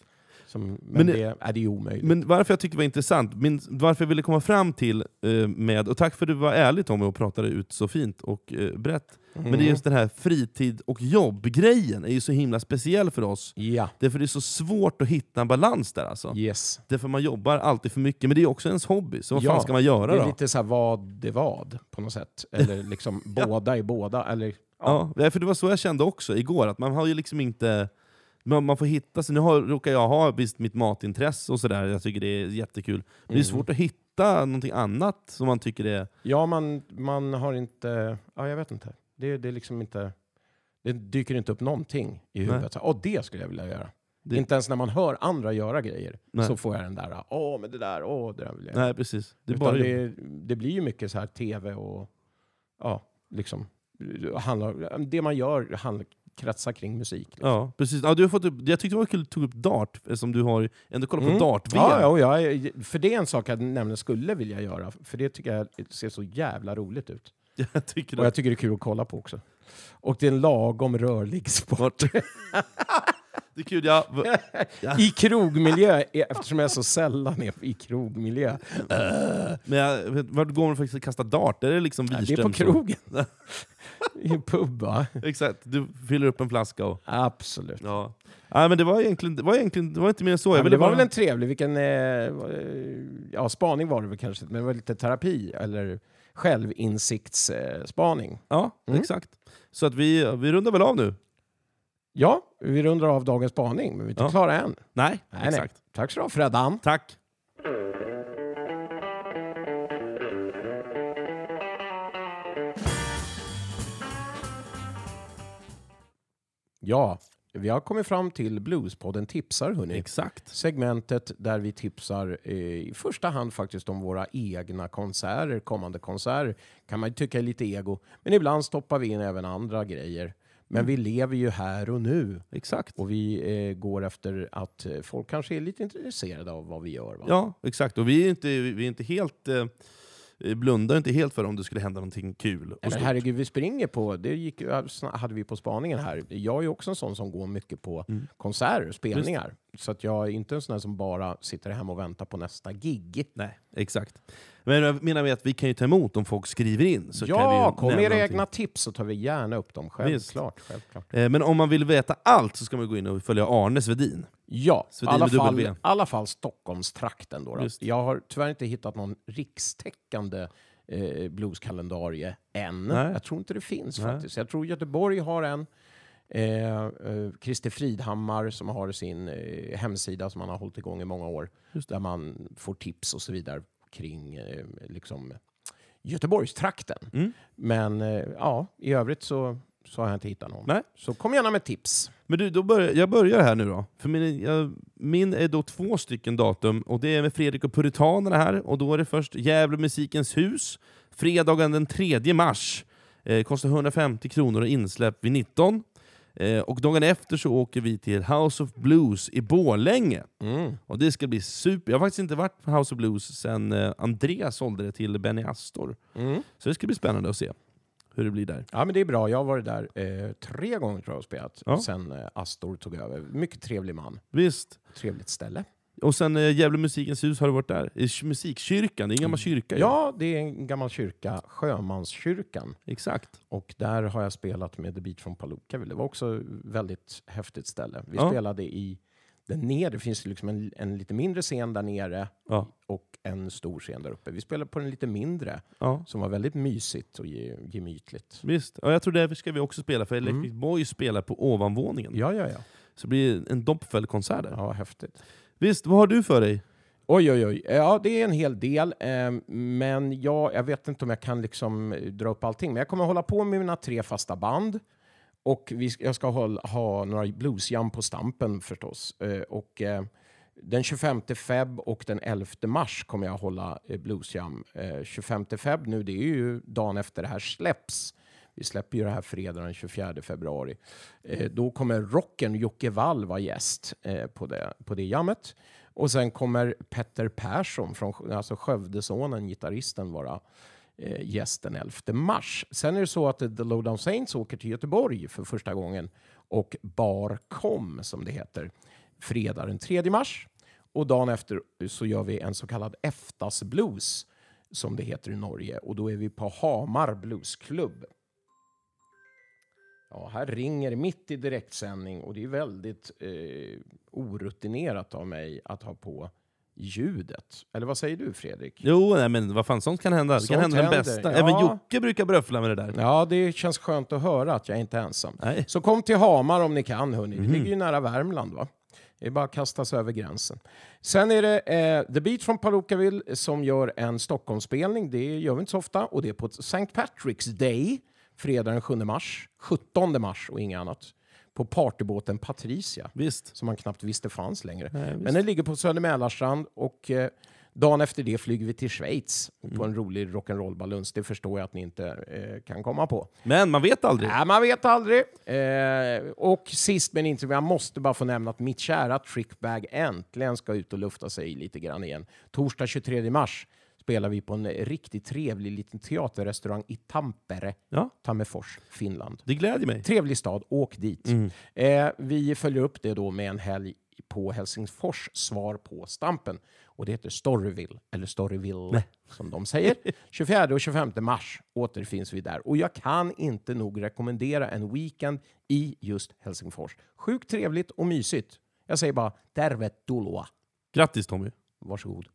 Som, men Men det- det är det ju omöjligt. Men varför jag tycker det var intressant, min, varför jag ville komma fram till eh, med, och tack för att du var ärlig Tommy och pratade ut så fint och eh, brett, Mm. men det är just den här fritid och jobbgrejen är ju så himla speciell för oss. Ja, Därför det är så svårt att hitta en balans där alltså. yes. Därför man jobbar alltid för mycket, men det är också ens hobby, så vad Ja, fan ska man göra Det är då? lite så här vad det vad på något sätt. Eller liksom båda är båda. Eller, Ja, ja, för det var så jag kände också igår, att man har ju liksom inte... Man, man får hitta sig. Nu har, råkar jag ha visst mitt matintresse och sådär, jag tycker det är jättekul. Men det är svårt att hitta någonting annat som man tycker är... Ja, man, man har inte... Ja, jag vet inte. Det, det är liksom inte... Det dyker inte upp någonting i huvudet. Så, åh, det skulle jag vilja göra. Det- Inte ens när man hör andra göra grejer Nej. så får jag den där, åh, men det där, åh, det där vill jag göra. Nej, precis. Det är Utan bara det, det blir ju mycket så här tv och... Ja, liksom... Handlar, det man gör handlar, kretsar kring musik. Liksom. Ja, precis. Ja, du har fått upp, jag tyckte det var kul att du tog upp dart, som du har ändå kollat på Mm. dart-V M. Ja, ja, ja, för det är en sak jag nämligen skulle vilja göra. För det tycker jag ser så jävla roligt ut. Jag tycker Och det. jag tycker det är kul att kolla på också. Och det är en lagom rörlig sport. Det är kul, ja. Ja. I krogmiljö, eftersom jag så sällan är i krogmiljö. Men jag, vet, vart går man för att kasta dart? Är det liksom Ja, det är Wirström på så? krogen. I en pub, va? Exakt, du fyller upp en flaska och... Absolut. Ja. Ja, men det var egentligen, det var egentligen det var inte mer än så. Ja, Jag men ville det var bara... väl en trevlig, vilken... Eh, ja, spaning var det väl kanske, men det var lite terapi, eller självinsiktsspaning. Eh, Ja, Mm. exakt. Så att vi, vi rundar väl av nu? ja, vi rundar av dagens spaning, men vi är inte Ja. klara än. Nej, Nej, exakt. nej. Tack så du ha, Freddan. Tack. Ja, vi har kommit fram till Bluespodden tipsar, hörni. Exakt. Segmentet där vi tipsar eh, i första hand faktiskt om våra egna konserter, kommande konserter. Kan man ju tycka är lite ego. Men ibland stoppar vi in även andra grejer. Men vi lever ju här och nu. Exakt. Och vi eh, går efter att eh, folk kanske är lite intresserade av vad vi gör. Va? Ja, exakt. Och vi är inte, vi är inte helt... Eh, blundar inte helt för om det skulle hända någonting kul. Och Men stort. herregud, vi springer på, det gick, hade vi på spaningen här. Jag är ju också en sån som går mycket på Mm. konserter och spelningar. Så att jag är inte en sån här som bara sitter hemma och väntar på nästa gig. Nej, exakt. Men jag menar vi att vi kan ju ta emot om folk skriver in. Så kan Ja, vi kom med nämna era någonting. egna tips så tar vi gärna upp dem. Självklart. självklart. Eh, Men om man vill veta allt så ska man gå in och följa Arnes Vedin. Ja, i Svedin alla med fall, W. alla fall Stockholmstrakten. Då, då. Just. Jag har tyvärr inte hittat någon rikstäckande eh, blueskalendarie än. Nej. Jag tror inte det finns Nej. faktiskt. Jag tror Göteborg har en. Eh, eh, Christer Fridhammar som har sin eh, hemsida som han har hållit igång i många år. Just det. Där man får tips och så vidare kring eh, liksom, Göteborgstrakten. Mm. Men eh, ja, i övrigt så, så har jag inte hittat någon. Nej. Så kom gärna med tips. Men du, då börjar, jag börjar här nu då. För min, jag, min är då två stycken datum, och det är med Fredrik och Puritanerna här. Och då är det först Gävle Musikens hus, fredagen den tredje mars. Eh, kostar hundrafemtio kronor och insläpp vid nitton. Eh, och dagen efter så åker vi till House of Blues i Borlänge. Mm. Och det ska bli super. Jag har faktiskt inte varit på House of Blues sedan eh, Andreas sålde det till Benny Astor. Mm. Så det ska bli spännande att se hur det blir där. Ja, men det är bra. Jag har varit där eh, tre gånger tror jag och spelat. Ja. Sen eh, Astor tog över. Mycket trevlig man. Visst. Trevligt ställe. Och sen eh, Gävle Musikens hus, har du varit där? I ky- musikkyrkan, det är en gammal kyrka. ju. Ja, det är en gammal kyrka. Sjömanskyrkan. Exakt. Och där har jag spelat med The Beat from Palookaville. Det var också väldigt häftigt ställe. Vi Ja. spelade i den nere. Det finns liksom en, en lite mindre scen där nere Ja. och en stor scen där uppe. Vi spelade på den lite mindre Ja. som var väldigt mysigt och ge, gemytligt. Visst. Ja, jag tror därför ska vi också spela, för Electric Mm. Boys spelar på ovanvåningen. Ja, ja, ja. Så det blir en doppfällkonsert där. Ja, häftigt. Visst, vad har du för dig? Oj, oj, oj. Ja, det är en hel del. Eh, men jag, jag vet inte om jag kan liksom dra upp allting. Men jag kommer hålla på med mina tre fasta band. Och vi, jag ska hålla, ha några bluesjam på Stampen förstås. Eh, och eh, den tjugofemte feb och den elfte mars kommer jag hålla eh, bluesjam. Eh, tjugofemte feb nu, det är ju dagen efter det här släpps. Vi släpper ju det här fredagen den tjugofjärde februari. Eh, då kommer rocken Jocke Wall vara gäst eh, på, det, på det jammet. Och sen kommer Petter Persson, från, alltså Skövdesonen, gitarristen, vara eh, gäst den elfte mars. Sen är det så att The Lowdown Saints åker till Göteborg för första gången och Bar Kom, som det heter, fredag den tredje mars. Och dagen efter så gör vi en så kallad Eftas Blues, som det heter i Norge. Och då är vi på Hamar Bluesklubb. Ja, här ringer mitt i direktsändning och det är väldigt eh, orutinerat av mig att ha på ljudet. Eller vad säger du, Fredrik? Jo, nej, men vad fan, sånt kan hända. Det Sånt kan hända den händer. bästa. Ja. Även Jocke brukar bröffla med det där. Ja, det känns skönt att höra att jag inte är ensam. Nej. Så kom till Hamar om ni kan, hörni. Det Mhm. ligger ju nära Värmland, va? Det är bara att kasta sig över gränsen. Sen är det eh, The Beat från Palookaville som gör en Stockholmsspelning. Det gör vi inte så ofta. Och det är på Sankt Patrick's Day, fredag den sjunde mars. sjuttonde mars och inget annat. På partybåten Patricia. Visst. Som man knappt visste fanns längre. Nej, visst. Men den ligger på Söder Mälarstrand och eh, dagen efter det flyger vi till Schweiz Mm. på en rolig rock'n'roll-baluns. Det förstår jag att ni inte eh, kan komma på. Men man vet aldrig. Nej, man vet aldrig. Eh, och sist men inte, jag måste bara få nämna att mitt kära Trickbag äntligen ska ut och lufta sig lite grann igen. Torsdag tjugotredje mars spelar vi på en riktigt trevlig liten teaterrestaurang i Tampere, Ja. Tammerfors, Finland. Det glädjer mig. Trevlig stad, åk dit. Mm. Eh, vi följer upp det då med en helg på Helsingfors svar på Stampen. Och det heter Storyville, eller Storyville Nej. som de säger. tjugofjärde och tjugofemte mars återfinns vi där. Och jag kan inte nog rekommendera en weekend i just Helsingfors. Sjukt trevligt och mysigt. Jag säger bara, tervetuloa. Grattis Tommy. Varsågod.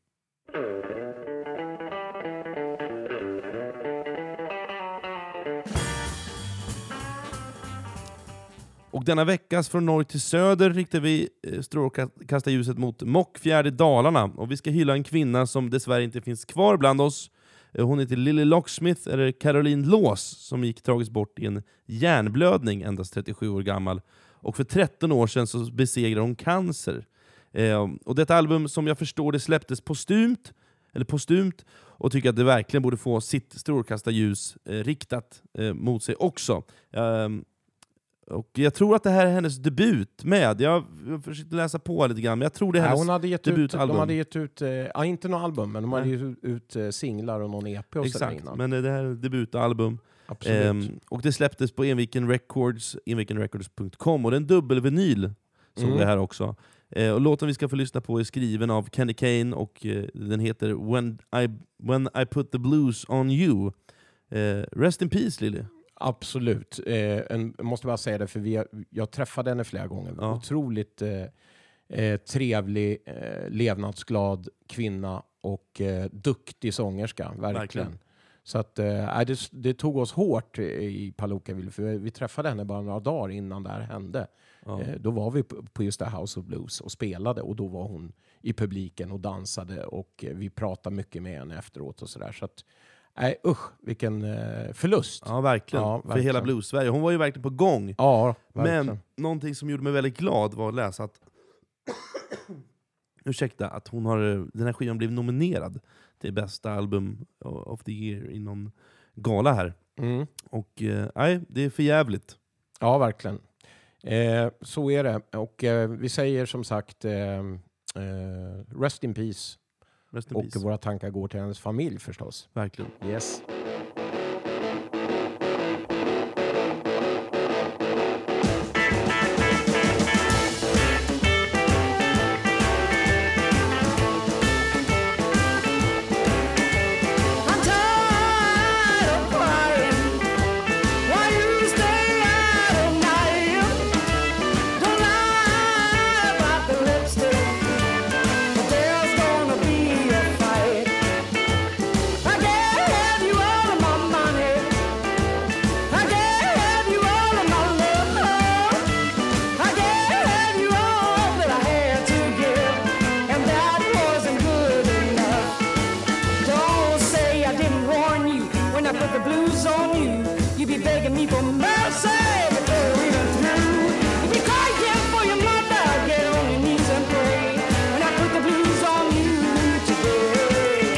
Och denna veckas Från norr till söder riktar vi eh, strålkastarljuset mot Mockfjärd i Dalarna. Och vi ska hylla en kvinna som dessvärre inte finns kvar bland oss. Eh, Hon heter Lily Locksmith, eller Caroline Lås, som gick tragiskt bort i en hjärnblödning endast trettiosju år gammal. Och för tretton år sedan så besegrade hon cancer. Eh, och detta album, som jag förstår det, släpptes postumt, eller postumt, och tycker att det verkligen borde få sitt strålkastarljus eh, riktat eh, mot sig också. Eh, Och jag tror att det här är hennes debut med. Jag försökte läsa på lite grann, men jag tror det är Ja, hennes hon hade gett ut, debutalbum. de hade gett ut, eh, ja, inte någon album, men de hade Nej. gett ut eh, singlar och någon E P och sådär Exakt, innan. men det här är debutalbum. Absolut. Ehm, och det släpptes på Enviken Records, enviken records punkt com, och det är en dubbelvinyl som Mm. det här också. Ehm, och låten vi ska få lyssna på är skriven av Kenny Kane och eh, den heter When I, When I Put the Blues on You. Ehm, rest in peace, Lily. Absolut. Eh, en, jag måste bara säga det, för vi har, jag träffade henne flera gånger. Ja. Otroligt eh, eh, trevlig, eh, levnadsglad kvinna och eh, duktig sångerska. Verkligen. Verkligen. Så att, eh, det, det tog oss hårt i Palookaville, för vi träffade henne bara några dagar innan det här hände. Ja. Eh, då var vi på, på just det House of Blues och spelade, och då var hon i publiken och dansade, och eh, vi pratade mycket med henne efteråt och sådär. Så att, nej, usch, vilken eh, förlust. Ja, verkligen. Ja, För verkligen. hela Blues-Sverige. Hon var ju verkligen på gång. Ja, verkligen. Men någonting som gjorde mig väldigt glad var att läsa att ursäkta, att hon har, den här skivan blivit nominerad till bästa album of the year i någon gala här. Mm. Och eh, nej, det är för jävligt. Ja, verkligen. Eh, så är det. Och eh, vi säger som sagt eh, eh, rest in peace. Rest in Och peace. våra tankar går till hennes familj förstås. Verkligen. Yes. I'm tired of crying while you stay out all night. Don't lie about the lipstick, but there's gonna be a fight. I gave you all of my money, I gave you all of my love, I gave you all that I had to give, and that wasn't good enough. Don't say I didn't warn you when I put the blues on you. You be begging me for mercy before we went through. You be crying for your mother, get on your knees and pray. When I put the blues on you today.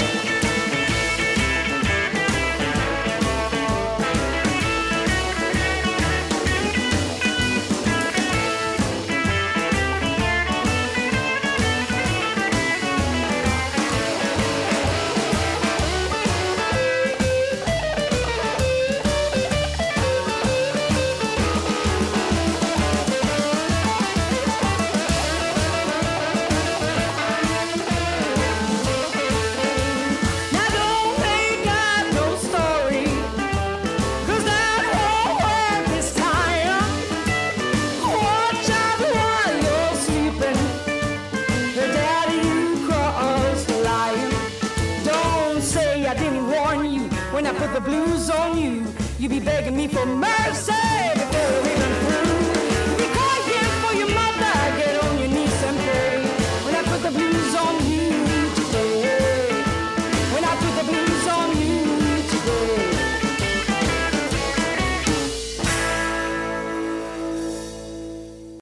was on you. You be begging me for mercy before you even